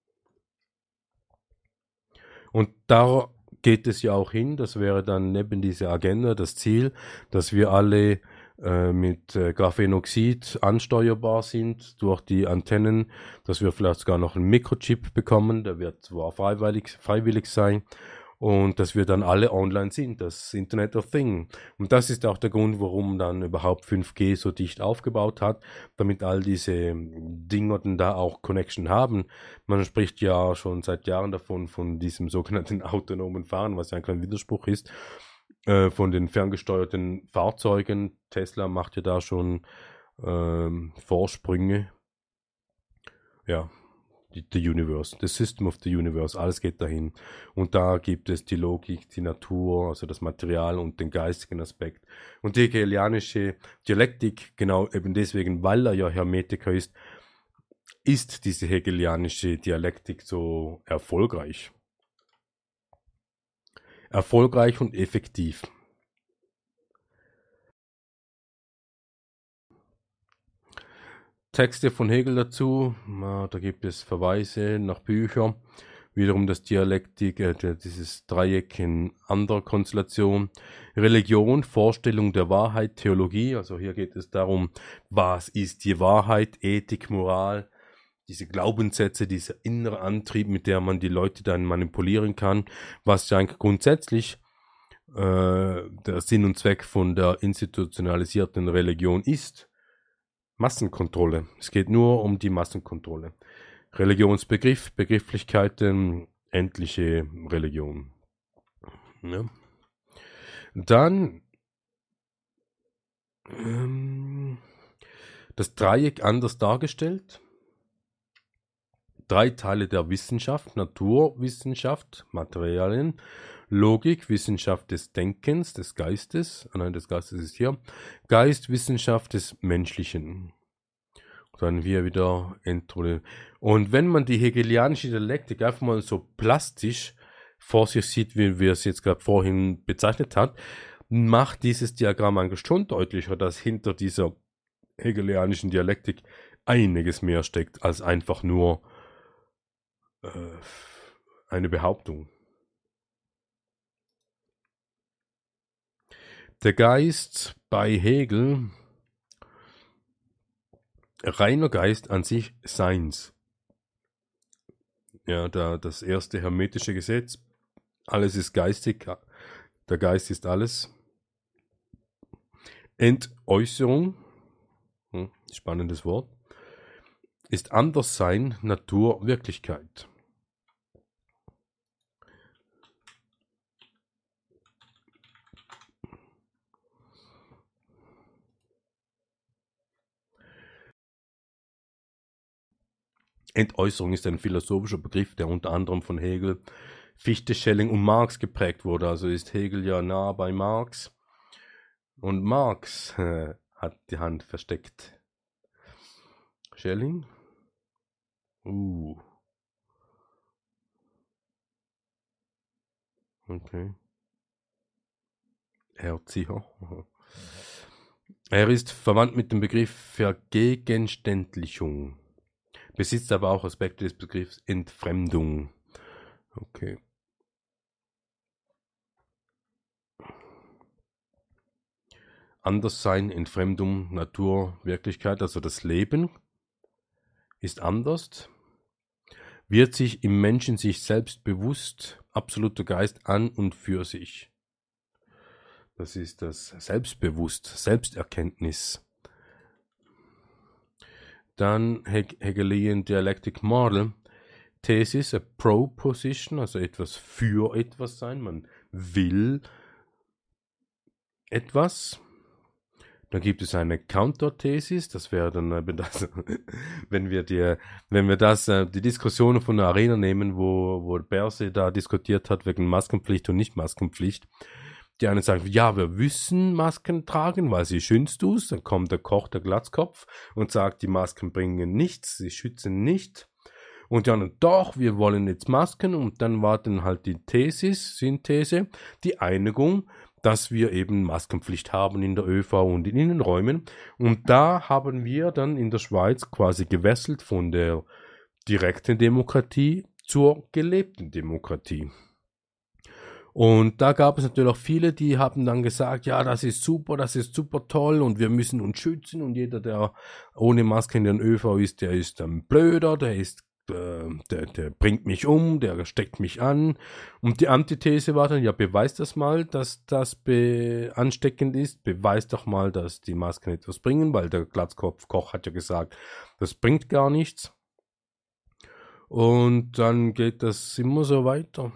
Und da geht es ja auch hin, das wäre dann neben dieser Agenda das Ziel, dass wir alle mit Graphenoxid ansteuerbar sind durch die Antennen, dass wir vielleicht sogar noch einen Mikrochip bekommen, der wird zwar freiwillig sein, und dass wir dann alle online sind, das Internet of Things. Und das ist auch der Grund, warum dann überhaupt 5G so dicht aufgebaut hat, damit all diese Dinger dann da auch Connection haben. Man spricht ja schon seit Jahren davon, von diesem sogenannten autonomen Fahren, was ja ein kleiner Widerspruch ist, von den ferngesteuerten Fahrzeugen. Tesla macht ja da schon Vorsprünge. Ja, the Universe, the System of the Universe, alles geht dahin. Und da gibt es die Logik, die Natur, also das Material und den geistigen Aspekt. Und die hegelianische Dialektik, genau eben deswegen, weil er ja Hermetiker ist diese hegelianische Dialektik so erfolgreich. Erfolgreich und effektiv. Texte von Hegel dazu, da gibt es Verweise nach Büchern, wiederum das Dialektik, dieses Dreieck in anderer Konstellation, Religion, Vorstellung der Wahrheit, Theologie, also hier geht es darum, was ist die Wahrheit, Ethik, Moral, diese Glaubenssätze, dieser innere Antrieb, mit der man die Leute dann manipulieren kann, was ja eigentlich grundsätzlich der Sinn und Zweck von der institutionalisierten Religion ist. Massenkontrolle. Es geht nur um die Massenkontrolle. Religionsbegriff, Begrifflichkeiten, endliche Religion. Ja. Dann das Dreieck anders dargestellt. 3 Teile der Wissenschaft, Naturwissenschaft, Materialien, Logik, Wissenschaft des Denkens, des Geistes, nein, des Geistes ist hier, Geist, Wissenschaft des Menschlichen. Dann hier wieder Entropie. Und wenn man die hegelianische Dialektik einfach mal so plastisch vor sich sieht, wie wir es jetzt gerade vorhin bezeichnet hat, macht dieses Diagramm eigentlich schon deutlicher, dass hinter dieser hegelianischen Dialektik einiges mehr steckt als einfach nur eine Behauptung. Der Geist bei Hegel, reiner Geist an sich Seins. Ja, das erste hermetische Gesetz, alles ist geistig, der Geist ist alles. Entäußerung, spannendes Wort, ist Anderssein, Natur, Wirklichkeit. Entäußerung ist ein philosophischer Begriff, der unter anderem von Hegel, Fichte, Schelling und Marx geprägt wurde. Also ist Hegel ja nah bei Marx. Und Marx hat die Hand versteckt. Schelling? Okay. Erzieher. Er ist verwandt mit dem Begriff Vergegenständlichung, besitzt aber auch Aspekte des Begriffs Entfremdung. Okay. Anderssein, Entfremdung, Natur, Wirklichkeit, also das Leben ist anders, wird sich im Menschen sich selbst bewusst, absoluter Geist an und für sich. Das ist das Selbstbewusst, Selbsterkenntnis. Dann Hegelian Dialectic Model, Thesis, a Proposition, also etwas für etwas sein, man will etwas. Dann gibt es eine Counterthesis, das wäre dann eben das, wenn wir die Diskussion von der Arena nehmen, wo Berse da diskutiert hat wegen Maskenpflicht und Nicht-Maskenpflicht. Die einen sagen, ja, wir müssen Masken tragen, weil sie schützt uns. Dann kommt der Koch, der Glatzkopf, und sagt, die Masken bringen nichts, sie schützen nicht. Und die anderen, doch, wir wollen jetzt Masken. Und dann war dann halt die Synthese, die Einigung, dass wir eben Maskenpflicht haben in der ÖV und in Innenräumen. Und da haben wir dann in der Schweiz quasi gewechselt von der direkten Demokratie zur gelebten Demokratie. Und da gab es natürlich auch viele, die haben dann gesagt, ja, das ist super toll und wir müssen uns schützen und jeder, der ohne Maske in den ÖV ist, der ist blöder, der bringt mich um, der steckt mich an. Und die Antithese war dann, ja, beweis das mal, dass das ansteckend ist, beweis doch mal, dass die Masken etwas bringen, weil der Glatzkopf-Koch hat ja gesagt, das bringt gar nichts. Und dann geht das immer so weiter.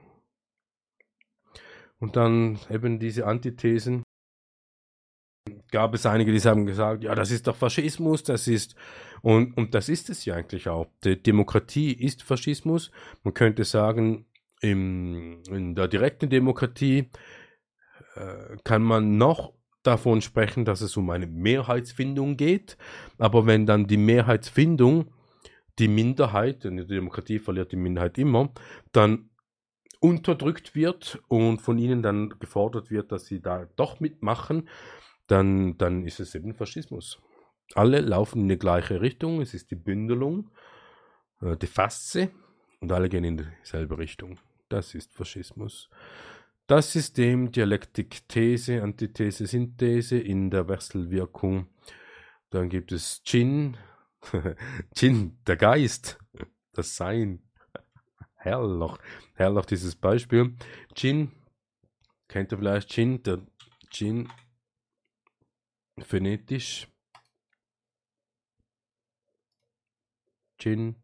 Und dann eben diese Antithesen. Gab es einige, die haben gesagt, ja, das ist doch Faschismus, und das ist es ja eigentlich auch. Die Demokratie ist Faschismus. Man könnte sagen, in der direkten Demokratie kann man noch davon sprechen, dass es um eine Mehrheitsfindung geht. Aber wenn dann die Mehrheitsfindung die Minderheit, in der Demokratie verliert die Minderheit immer, dann unterdrückt wird und von ihnen dann gefordert wird, dass sie da doch mitmachen, dann ist es eben Faschismus. Alle laufen in die gleiche Richtung, es ist die Bündelung, die Fasse, und alle gehen in dieselbe Richtung. Das ist Faschismus. Das System Dialektik, These, Antithese, Synthese in der Wechselwirkung. Dann gibt es Jin, Jin, der Geist, das Sein. Herrlich dieses Beispiel. Jin, kennt ihr vielleicht Jin? Der Jin, phonetisch. Jin.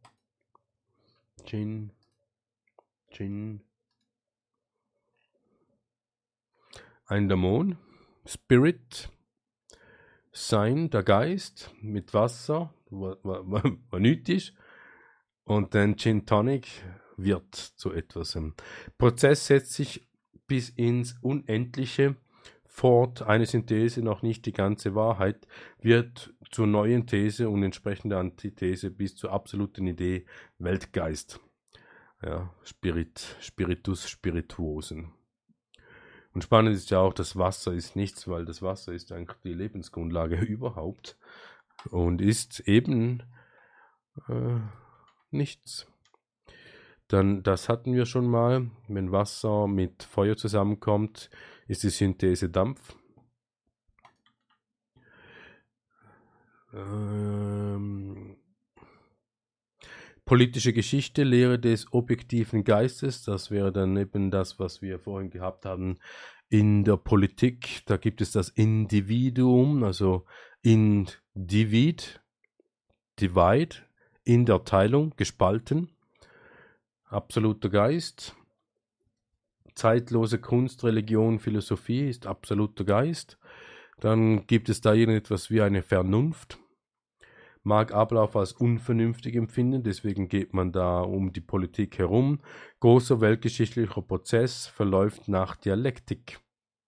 Ein Dämon. Spirit. Sein, der Geist, mit Wasser, war nötig. Und dann Gin Tonic wird zu etwas. Prozess setzt sich bis ins Unendliche fort. Eine Synthese, noch nicht die ganze Wahrheit, wird zur neuen These und entsprechende Antithese bis zur absoluten Idee Weltgeist. Ja, Spiritus, Spirituosen. Und spannend ist ja auch, das Wasser ist nichts, weil das Wasser ist eigentlich die Lebensgrundlage überhaupt und ist eben nichts. Dann, das hatten wir schon mal, wenn Wasser mit Feuer zusammenkommt, ist die Synthese Dampf. Politische Geschichte, Lehre des objektiven Geistes, das wäre dann eben das, was wir vorhin gehabt haben in der Politik. Da gibt es das Individuum, also Individ, Divide, in der Teilung, gespalten. Absoluter Geist. Zeitlose Kunst, Religion, Philosophie ist absoluter Geist. Dann gibt es da irgendetwas wie eine Vernunft. mag Ablauf als unvernünftig empfinden, deswegen geht man da um die Politik herum. Großer weltgeschichtlicher Prozess verläuft nach Dialektik.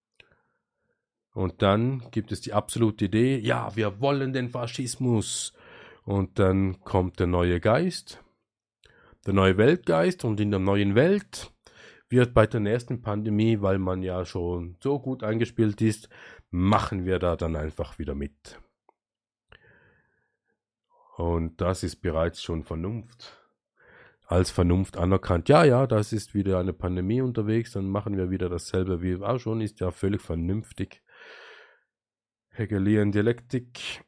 Und dann gibt es die absolute Idee, ja, wir wollen den Faschismus. Und dann kommt der neue Geist, der neue Weltgeist, und in der neuen Welt wird bei der nächsten Pandemie, weil man ja schon so gut eingespielt ist, machen wir da dann einfach wieder mit. Und das ist bereits schon Vernunft. Als Vernunft anerkannt. Ja, ja, das ist wieder eine Pandemie unterwegs, dann machen wir wieder dasselbe wie auch schon, ist ja völlig vernünftig. Hegelian Dialektik.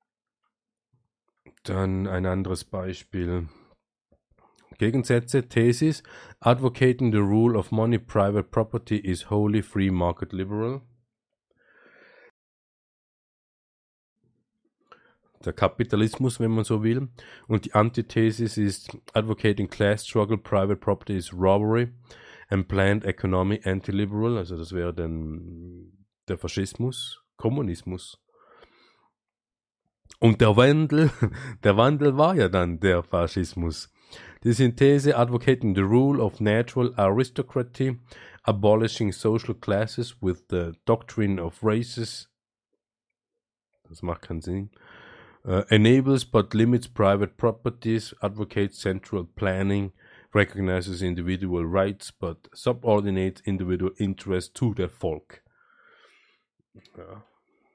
Dann ein anderes Beispiel. Gegensätze, Thesis. Advocating the rule of money private property is wholly free market liberal. Der Kapitalismus, wenn man so will. Und die Antithesis ist Advocating class struggle, private property is robbery and planned economy anti-liberal. Also das wäre dann der Faschismus, Kommunismus. Und der Wandel war ja dann der Faschismus. Die Synthese Advocating the rule of natural aristocracy, abolishing social classes with the doctrine of races. Das macht keinen Sinn. Enables but limits private properties, advocates central planning, recognizes individual rights but subordinates individual interests to the Volk. Ja.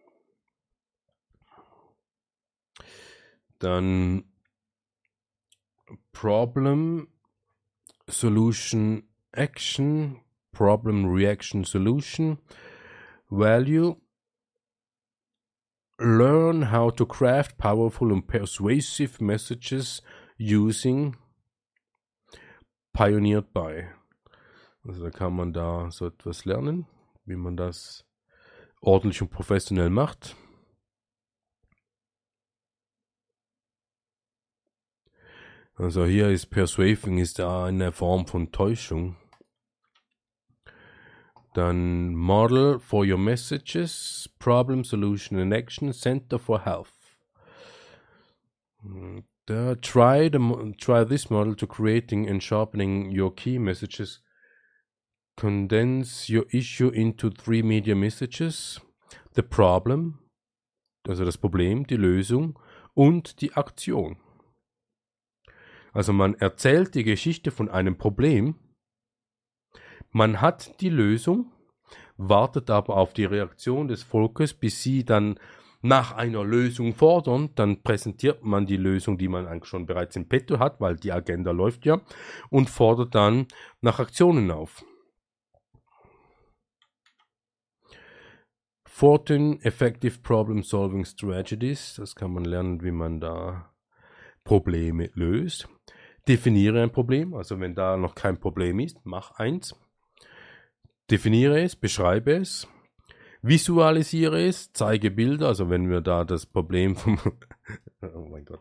Dann Problem, Solution, Action, Problem, Reaction, Solution, Value. Learn how to craft powerful and persuasive messages using Pioneered by. Also da kann man da so etwas lernen, wie man das ordentlich und professionell macht. Also hier ist Persuading ist da eine Form von Täuschung. Dann Model for your messages, Problem, Solution and Action, Center for Health. Try this model to creating and sharpening your key messages. Condense your issue into 3 media messages. The problem, also das Problem, die Lösung und die Aktion. Also man erzählt die Geschichte von einem Problem, man hat die Lösung, wartet aber auf die Reaktion des Volkes, bis sie dann nach einer Lösung fordern, dann präsentiert man die Lösung, die man eigentlich schon bereits im Petto hat, weil die Agenda läuft ja, und fordert dann nach Aktionen auf. 14 Effective Problem Solving Strategies, das kann man lernen, wie man da Probleme löst. Definiere ein Problem, also wenn da noch kein Problem ist, mach eins. Definiere es, beschreibe es, visualisiere es, zeige Bilder, also wenn wir da das Problem vom oh mein Gott.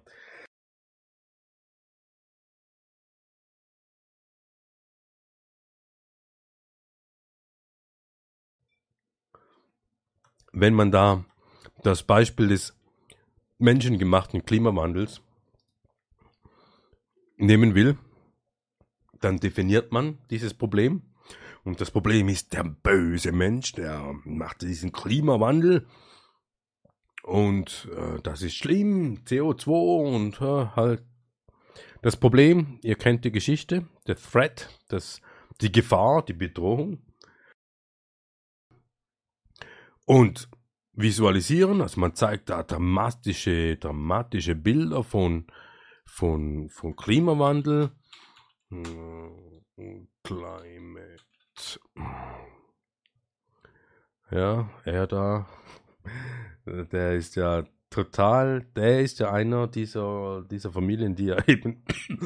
Wenn man da das Beispiel des menschengemachten Klimawandels nehmen will, dann definiert man dieses Problem. Und das Problem ist der böse Mensch, der macht diesen Klimawandel. Und das ist schlimm, CO2 und halt. Das Problem, ihr kennt die Geschichte, der Threat, die Gefahr, die Bedrohung. Und visualisieren, also man zeigt da dramatische Bilder von Klimawandel. Climate. Ja, er da, der ist ja einer dieser Familien, die ja eben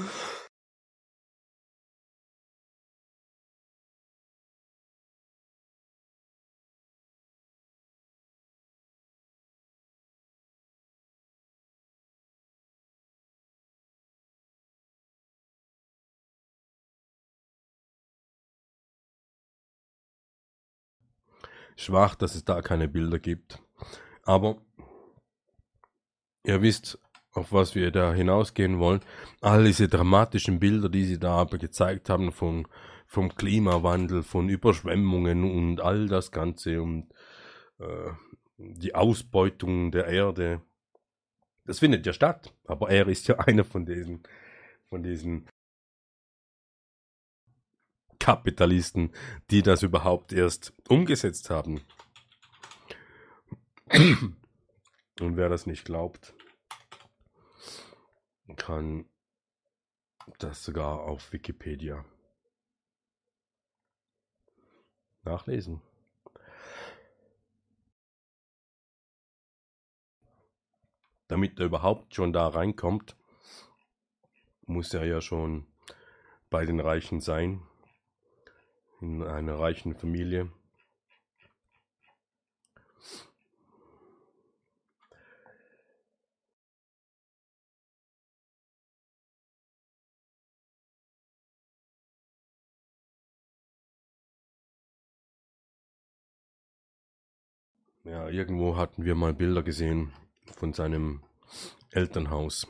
schwach, dass es da keine Bilder gibt. Aber ihr wisst, auf was wir da hinausgehen wollen. All diese dramatischen Bilder, die sie da aber gezeigt haben vom Klimawandel, von Überschwemmungen und all das Ganze und die Ausbeutung der Erde, das findet ja statt. Aber er ist ja einer von diesen Kapitalisten, die das überhaupt erst umgesetzt haben. Und wer das nicht glaubt, kann das sogar auf Wikipedia nachlesen. Damit er überhaupt schon da reinkommt, muss er ja schon bei den Reichen sein, in einer reichen Familie. Ja, irgendwo hatten wir mal Bilder gesehen von seinem Elternhaus.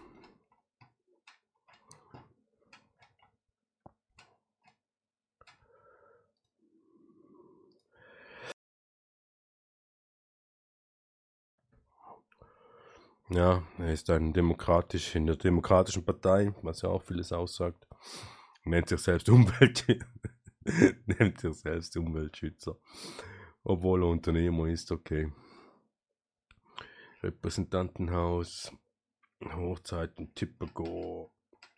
Ja, er ist in der Demokratischen Partei, was ja auch vieles aussagt. Nennt sich selbst nennt sich selbst Umweltschützer. Obwohl er Unternehmer ist, okay. Repräsentantenhaus, Hochzeiten, Tippergo.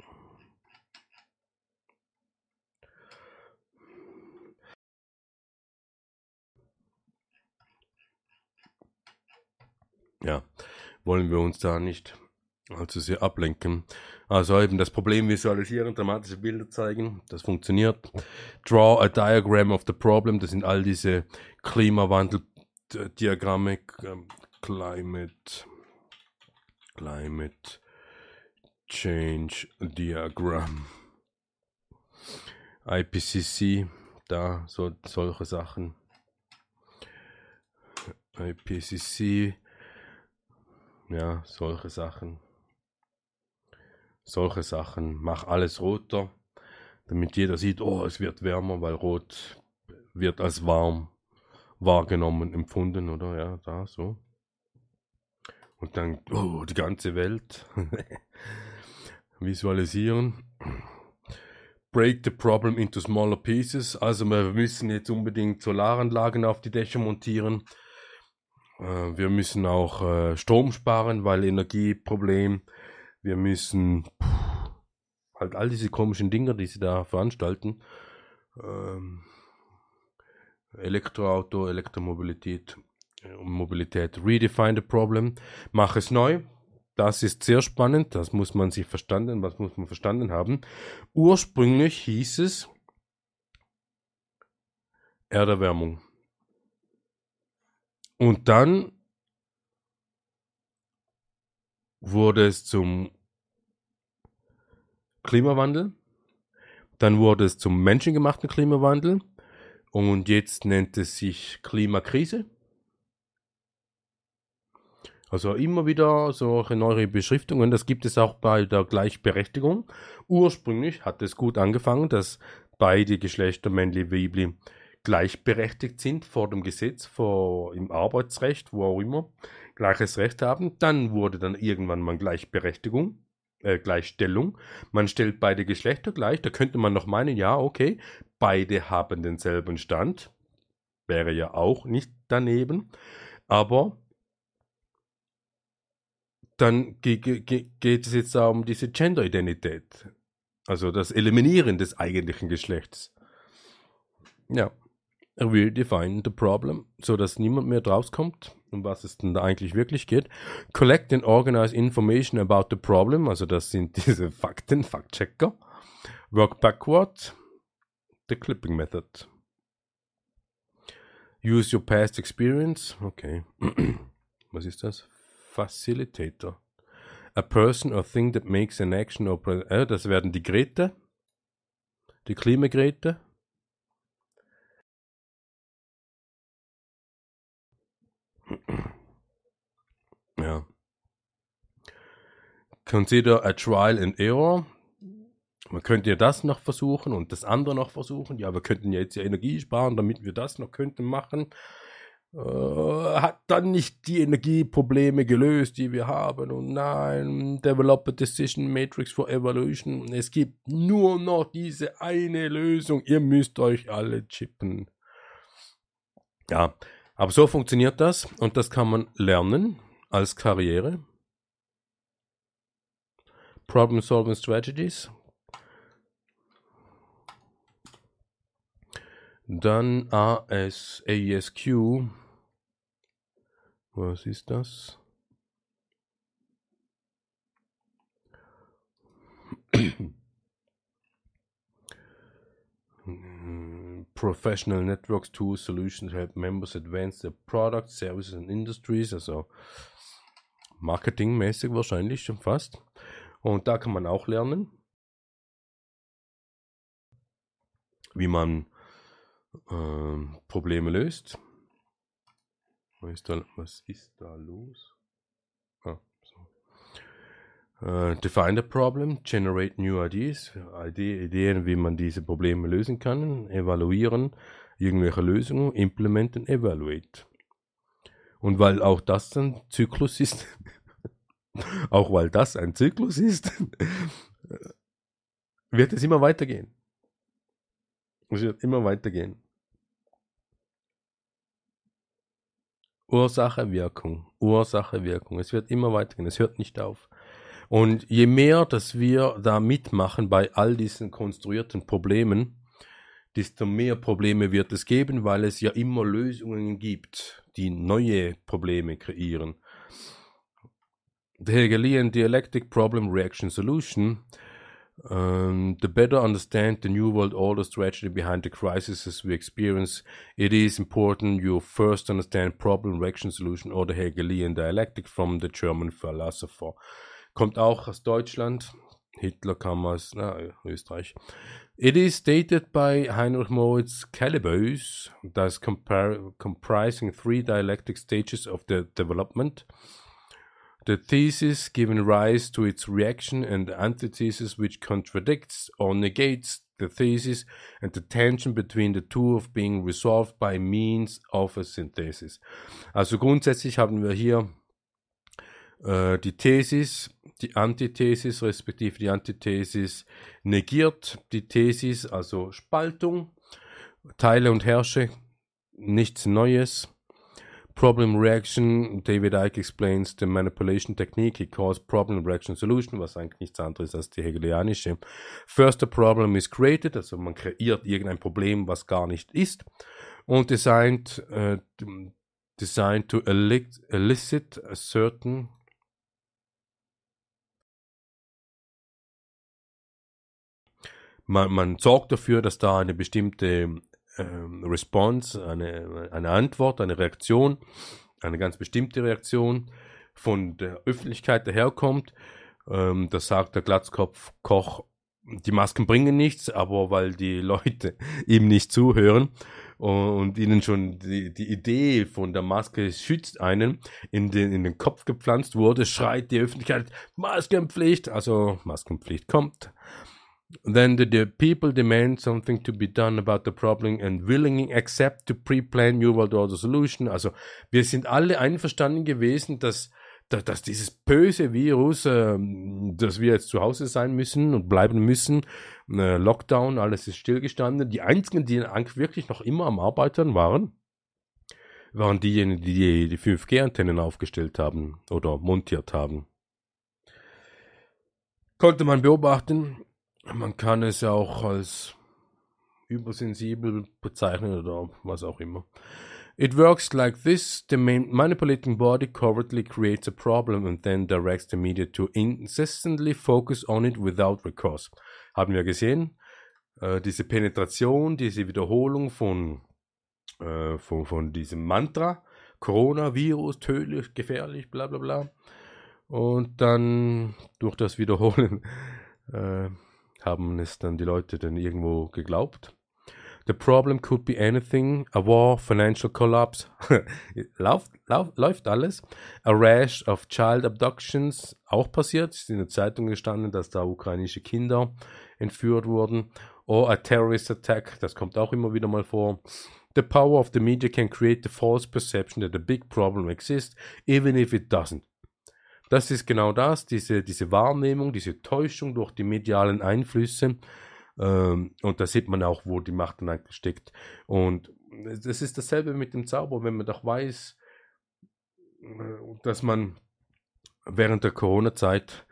Ja, wollen wir uns da nicht allzu sehr ablenken. Also eben das Problem visualisieren, dramatische Bilder zeigen, das funktioniert. Draw a diagram of the problem, das sind all diese Klimawandel-Diagramme, Climate Change Diagram, IPCC, da solche Sachen. IPCC, ja, solche Sachen. Solche Sachen. Mach alles roter, damit jeder sieht, oh, es wird wärmer, weil rot wird als warm wahrgenommen, empfunden, oder? Ja, da so. Und dann, oh, die ganze Welt visualisieren. Break the problem into smaller pieces. Also wir müssen jetzt unbedingt Solaranlagen auf die Dächer montieren. Wir müssen auch Strom sparen, weil Energieproblem. Wir müssen halt all diese komischen Dinger, die sie da veranstalten. Elektroauto, Elektromobilität, Mobilität. Redefine the problem. Mach es neu. Das ist sehr spannend. Das muss man verstanden haben. Ursprünglich hieß es Erderwärmung. Und dann wurde es zum Klimawandel. Dann wurde es zum menschengemachten Klimawandel. Und jetzt nennt es sich Klimakrise. Also immer wieder solche neue Beschriftungen. Das gibt es auch bei der Gleichberechtigung. Ursprünglich hat es gut angefangen, dass beide Geschlechter, männlich, weiblich, gleichberechtigt sind vor dem Gesetz, im Arbeitsrecht, wo auch immer, gleiches Recht haben. Dann wurde dann irgendwann mal Gleichstellung. Man stellt beide Geschlechter gleich. Da könnte man noch meinen, ja, okay, beide haben denselben Stand. Wäre ja auch nicht daneben. Aber dann geht es jetzt um diese Gender-Identität. Also das Eliminieren des eigentlichen Geschlechts. Ja. Redefine the problem, so dass niemand mehr draufkommt, um was es denn da eigentlich wirklich geht. Collect and organize information about the problem, also das sind diese Fakten, Fact-Checker. Work backward, the clipping method. Use your past experience, okay. Was ist das? Facilitator. A person or thing that makes an action or... das werden die Grete. Die Klimagrete. Ja. consider a trial and error. Man könnte ja das noch versuchen und das andere noch versuchen. Ja, wir könnten ja jetzt ja Energie sparen, damit wir das noch könnten machen. Hat dann nicht die Energieprobleme gelöst, die wir haben. Und nein, develop a decision matrix for evolution. Es gibt nur noch diese eine Lösung. Ihr müsst euch alle chippen. Ja, aber so funktioniert das und das kann man lernen als Karriere. Problem Solving Strategies. Dann AESQ. Was ist das? Professional Networks Tools Solutions help members advance their products, services and industries, also marketingmäßig wahrscheinlich schon fast. Und da kann man auch lernen, wie man Probleme löst. Was ist da los? Define the problem, generate new ideas, Ideen, wie man diese Probleme lösen kann, evaluieren, irgendwelche Lösungen, implementen, evaluate. Und weil auch das ein Zyklus ist, wird es immer weitergehen. Es wird immer weitergehen. Ursache, Wirkung. Es wird immer weitergehen, es hört nicht auf. Und je mehr, dass wir da mitmachen bei all diesen konstruierten Problemen, desto mehr Probleme wird es geben, weil es ja immer Lösungen gibt, die neue Probleme kreieren. The Hegelian Dialectic Problem Reaction Solution. To better understand the New World Order strategy behind the crises we experience, it is important you first understand problem reaction solution or the Hegelian dialectic from the German philosopher. Kommt auch aus Deutschland. Hitler kam aus Österreich. It is stated by Heinrich Moritz Caillebois, thus comprising 3 dialectic stages of the development. The thesis giving rise to its reaction and the antithesis which contradicts or negates the thesis and the tension between the two of being resolved by means of a synthesis. Also grundsätzlich haben wir hier die Thesis, die Antithesis, respektive die Antithesis negiert die Thesis, also Spaltung, Teile und Herrsche, nichts Neues. Problem reaction, David Icke explains the manipulation technique he calls problem reaction solution, was eigentlich nichts anderes als die hegelianische. First a problem is created, also man kreiert irgendein Problem, was gar nicht ist, und designed to elicit a certain man sorgt dafür, dass da eine bestimmte Response, eine Antwort, eine Reaktion, eine ganz bestimmte Reaktion von der Öffentlichkeit daherkommt. Das sagt der Glatzkopf-Koch, die Masken bringen nichts, aber weil die Leute ihm nicht zuhören und ihnen schon die Idee von der Maske schützt einen in den Kopf gepflanzt wurde, schreit die Öffentlichkeit, Maskenpflicht, also Maskenpflicht kommt. Then the people demand something to be done about the problem and willingly accept to pre-plan New World Order Solution. Also wir sind alle einverstanden gewesen, dass dieses böse Virus, dass wir jetzt zu Hause sein müssen und bleiben müssen, Lockdown, alles ist stillgestanden. Die einzigen, die wirklich noch immer am Arbeiten waren diejenigen, die 5G-Antennen aufgestellt haben oder montiert haben. Konnte man beobachten. Man kann es ja auch als übersensibel bezeichnen oder was auch immer. It works like this. The manipulating body covertly creates a problem and then directs the media to insistently focus on it without recourse. Haben wir gesehen. Diese Penetration, diese Wiederholung von diesem Mantra. Coronavirus, tödlich, gefährlich, bla bla bla. Und dann durch das Wiederholen haben es dann die Leute dann irgendwo geglaubt. The problem could be anything, a war, financial collapse, läuft alles. A rash of child abductions, auch passiert, ist in der Zeitung gestanden, dass da ukrainische Kinder entführt wurden. Or a terrorist attack, das kommt auch immer wieder mal vor. The power of the media can create the false perception that a big problem exists, even if it doesn't. Das ist genau das, diese Wahrnehmung, diese Täuschung durch die medialen Einflüsse. Und da sieht man auch, wo die Macht dann eigentlich steckt. Und das ist dasselbe mit dem Zauber, wenn man doch weiß, dass man während der Corona-Zeit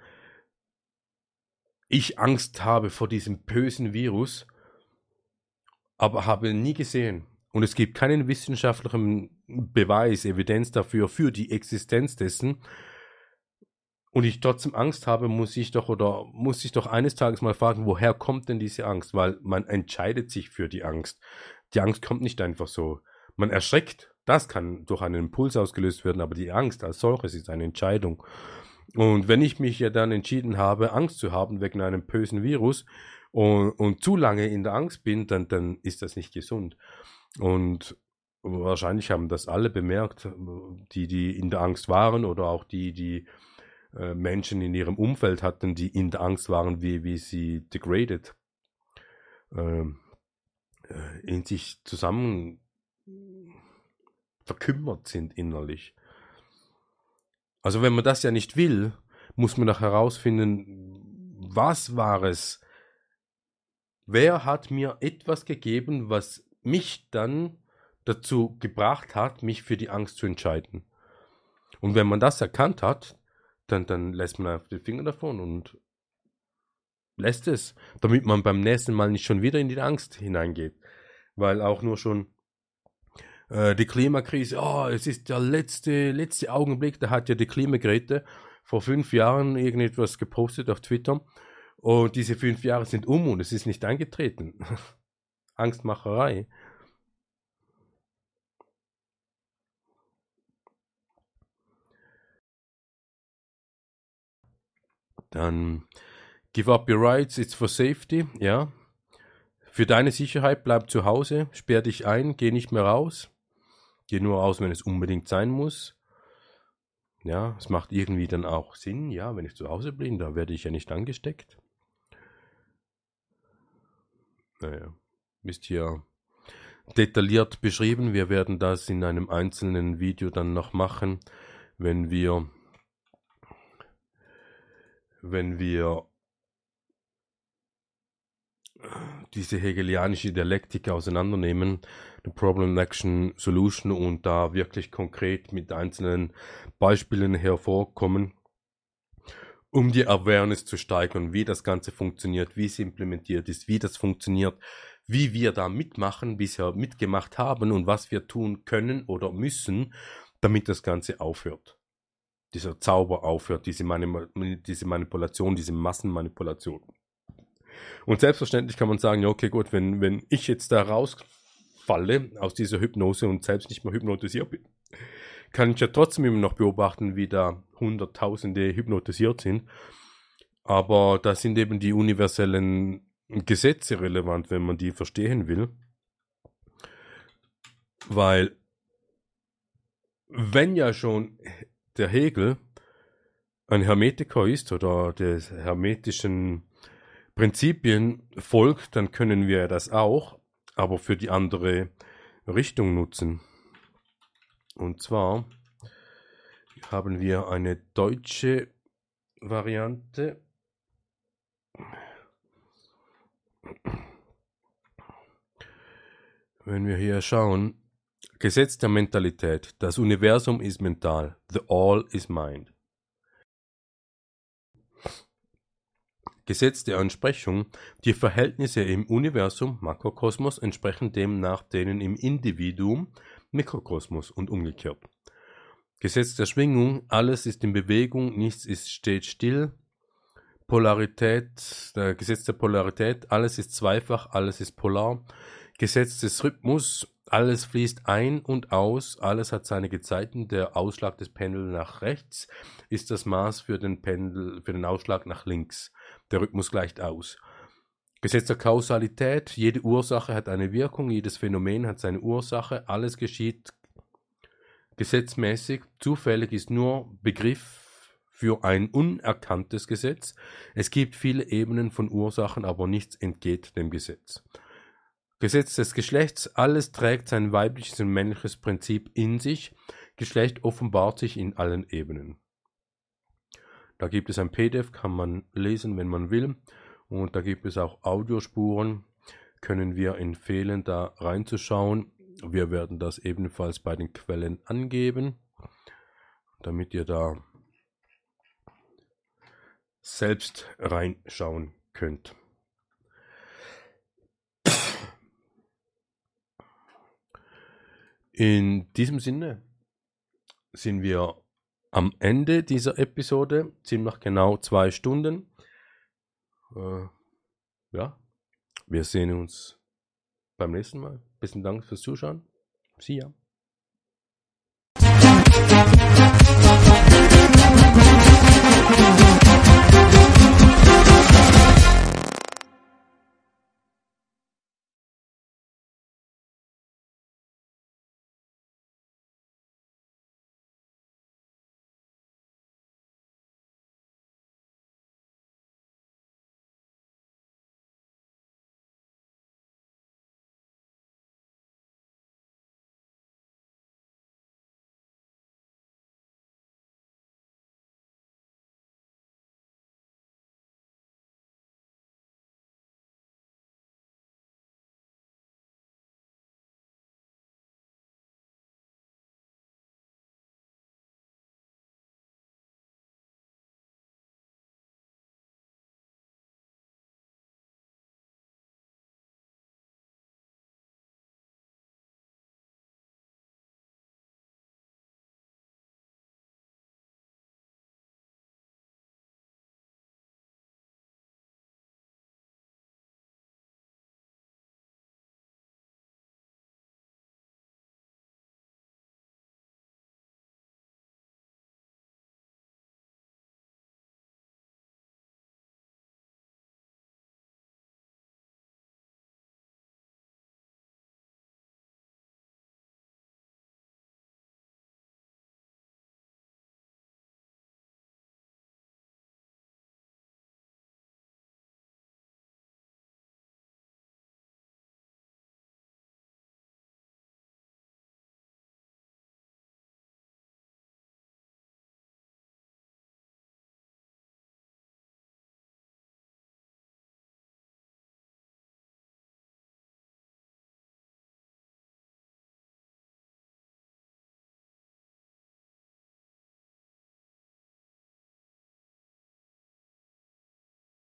ich Angst habe vor diesem bösen Virus, aber habe nie gesehen. Und es gibt keinen wissenschaftlichen Beweis, Evidenz dafür, für die Existenz dessen. Und ich trotzdem Angst habe, muss ich doch eines Tages mal fragen, woher kommt denn diese Angst? Weil man entscheidet sich für die Angst. Die Angst kommt nicht einfach so. Man erschreckt, das kann durch einen Impuls ausgelöst werden, aber die Angst als solches ist eine Entscheidung. Und wenn ich mich ja dann entschieden habe, Angst zu haben wegen einem bösen Virus und zu lange in der Angst bin, dann ist das nicht gesund. Und wahrscheinlich haben das alle bemerkt, die in der Angst waren oder auch die Menschen in ihrem Umfeld hatten, die in der Angst waren, wie sie degraded in sich zusammen verkümmert sind innerlich. Also wenn man das ja nicht will, muss man doch herausfinden, was war es? Wer hat mir etwas gegeben, was mich dann dazu gebracht hat, mich für die Angst zu entscheiden? Und wenn man das erkannt hat, dann lässt man einfach den Finger davon und lässt es, damit man beim nächsten Mal nicht schon wieder in die Angst hineingeht. Weil auch nur schon die Klimakrise, es ist der letzte Augenblick, da hat ja die Klimagrete vor 5 Jahren irgendetwas gepostet auf Twitter und diese 5 Jahre sind und es ist nicht eingetreten. Angstmacherei. Dann give up your rights, it's for safety, ja. Für deine Sicherheit bleib zu Hause, sperr dich ein, geh nicht mehr raus. Geh nur raus, wenn es unbedingt sein muss. Ja, es macht irgendwie dann auch Sinn, ja, wenn ich zu Hause bin, da werde ich ja nicht angesteckt. Naja, ist hier detailliert beschrieben. Wir werden das in einem einzelnen Video dann noch machen, wenn wir diese hegelianische Dialektik auseinandernehmen, the Problem, Action, Solution, und da wirklich konkret mit einzelnen Beispielen hervorkommen, um die Awareness zu steigern, wie das Ganze funktioniert, wie es implementiert ist, wie das funktioniert, wie wir da mitmachen, bisher mitgemacht haben und was wir tun können oder müssen, damit das Ganze aufhört. Dieser Zauber aufhört, diese Manipulation, diese Massenmanipulation. Und selbstverständlich kann man sagen, ja, okay, gut, wenn ich jetzt da rausfalle aus dieser Hypnose und selbst nicht mehr hypnotisiert bin, kann ich ja trotzdem immer noch beobachten, wie da Hunderttausende hypnotisiert sind. Aber da sind eben die universellen Gesetze relevant, wenn man die verstehen will. Weil, wenn ja schon der Hegel ein Hermetiker ist oder des hermetischen Prinzipien folgt, dann können wir das auch, aber für die andere Richtung nutzen. Und zwar haben wir eine deutsche Variante. Wenn wir hier schauen, Gesetz der Mentalität. Das Universum ist mental. The All is Mind. Gesetz der Entsprechung. Die Verhältnisse im Universum, Makrokosmos, entsprechen demnach denen im Individuum, Mikrokosmos, und umgekehrt. Gesetz der Schwingung. Alles ist in Bewegung, nichts steht still. Polarität, Gesetz der Polarität. Alles ist zweifach, alles ist polar. Gesetz des Rhythmus. Alles fließt ein und aus, alles hat seine Gezeiten. Der Ausschlag des Pendels nach rechts ist das Maß für den Ausschlag nach links. Der Rhythmus gleicht aus. Gesetz der Kausalität, jede Ursache hat eine Wirkung, jedes Phänomen hat seine Ursache, alles geschieht gesetzmäßig, zufällig ist nur Begriff für ein unerkanntes Gesetz. Es gibt viele Ebenen von Ursachen, aber nichts entgeht dem Gesetz. Gesetz des Geschlechts, alles trägt sein weibliches und männliches Prinzip in sich, Geschlecht offenbart sich in allen Ebenen. Da gibt es ein PDF, kann man lesen, wenn man will. Und da gibt es auch Audiospuren, können wir empfehlen, da reinzuschauen. Wir werden das ebenfalls bei den Quellen angeben, damit ihr da selbst reinschauen könnt. In diesem Sinne sind wir am Ende dieser Episode, ziemlich genau 2 Stunden. Ja, wir sehen uns beim nächsten Mal. Besten Dank fürs Zuschauen. See ya.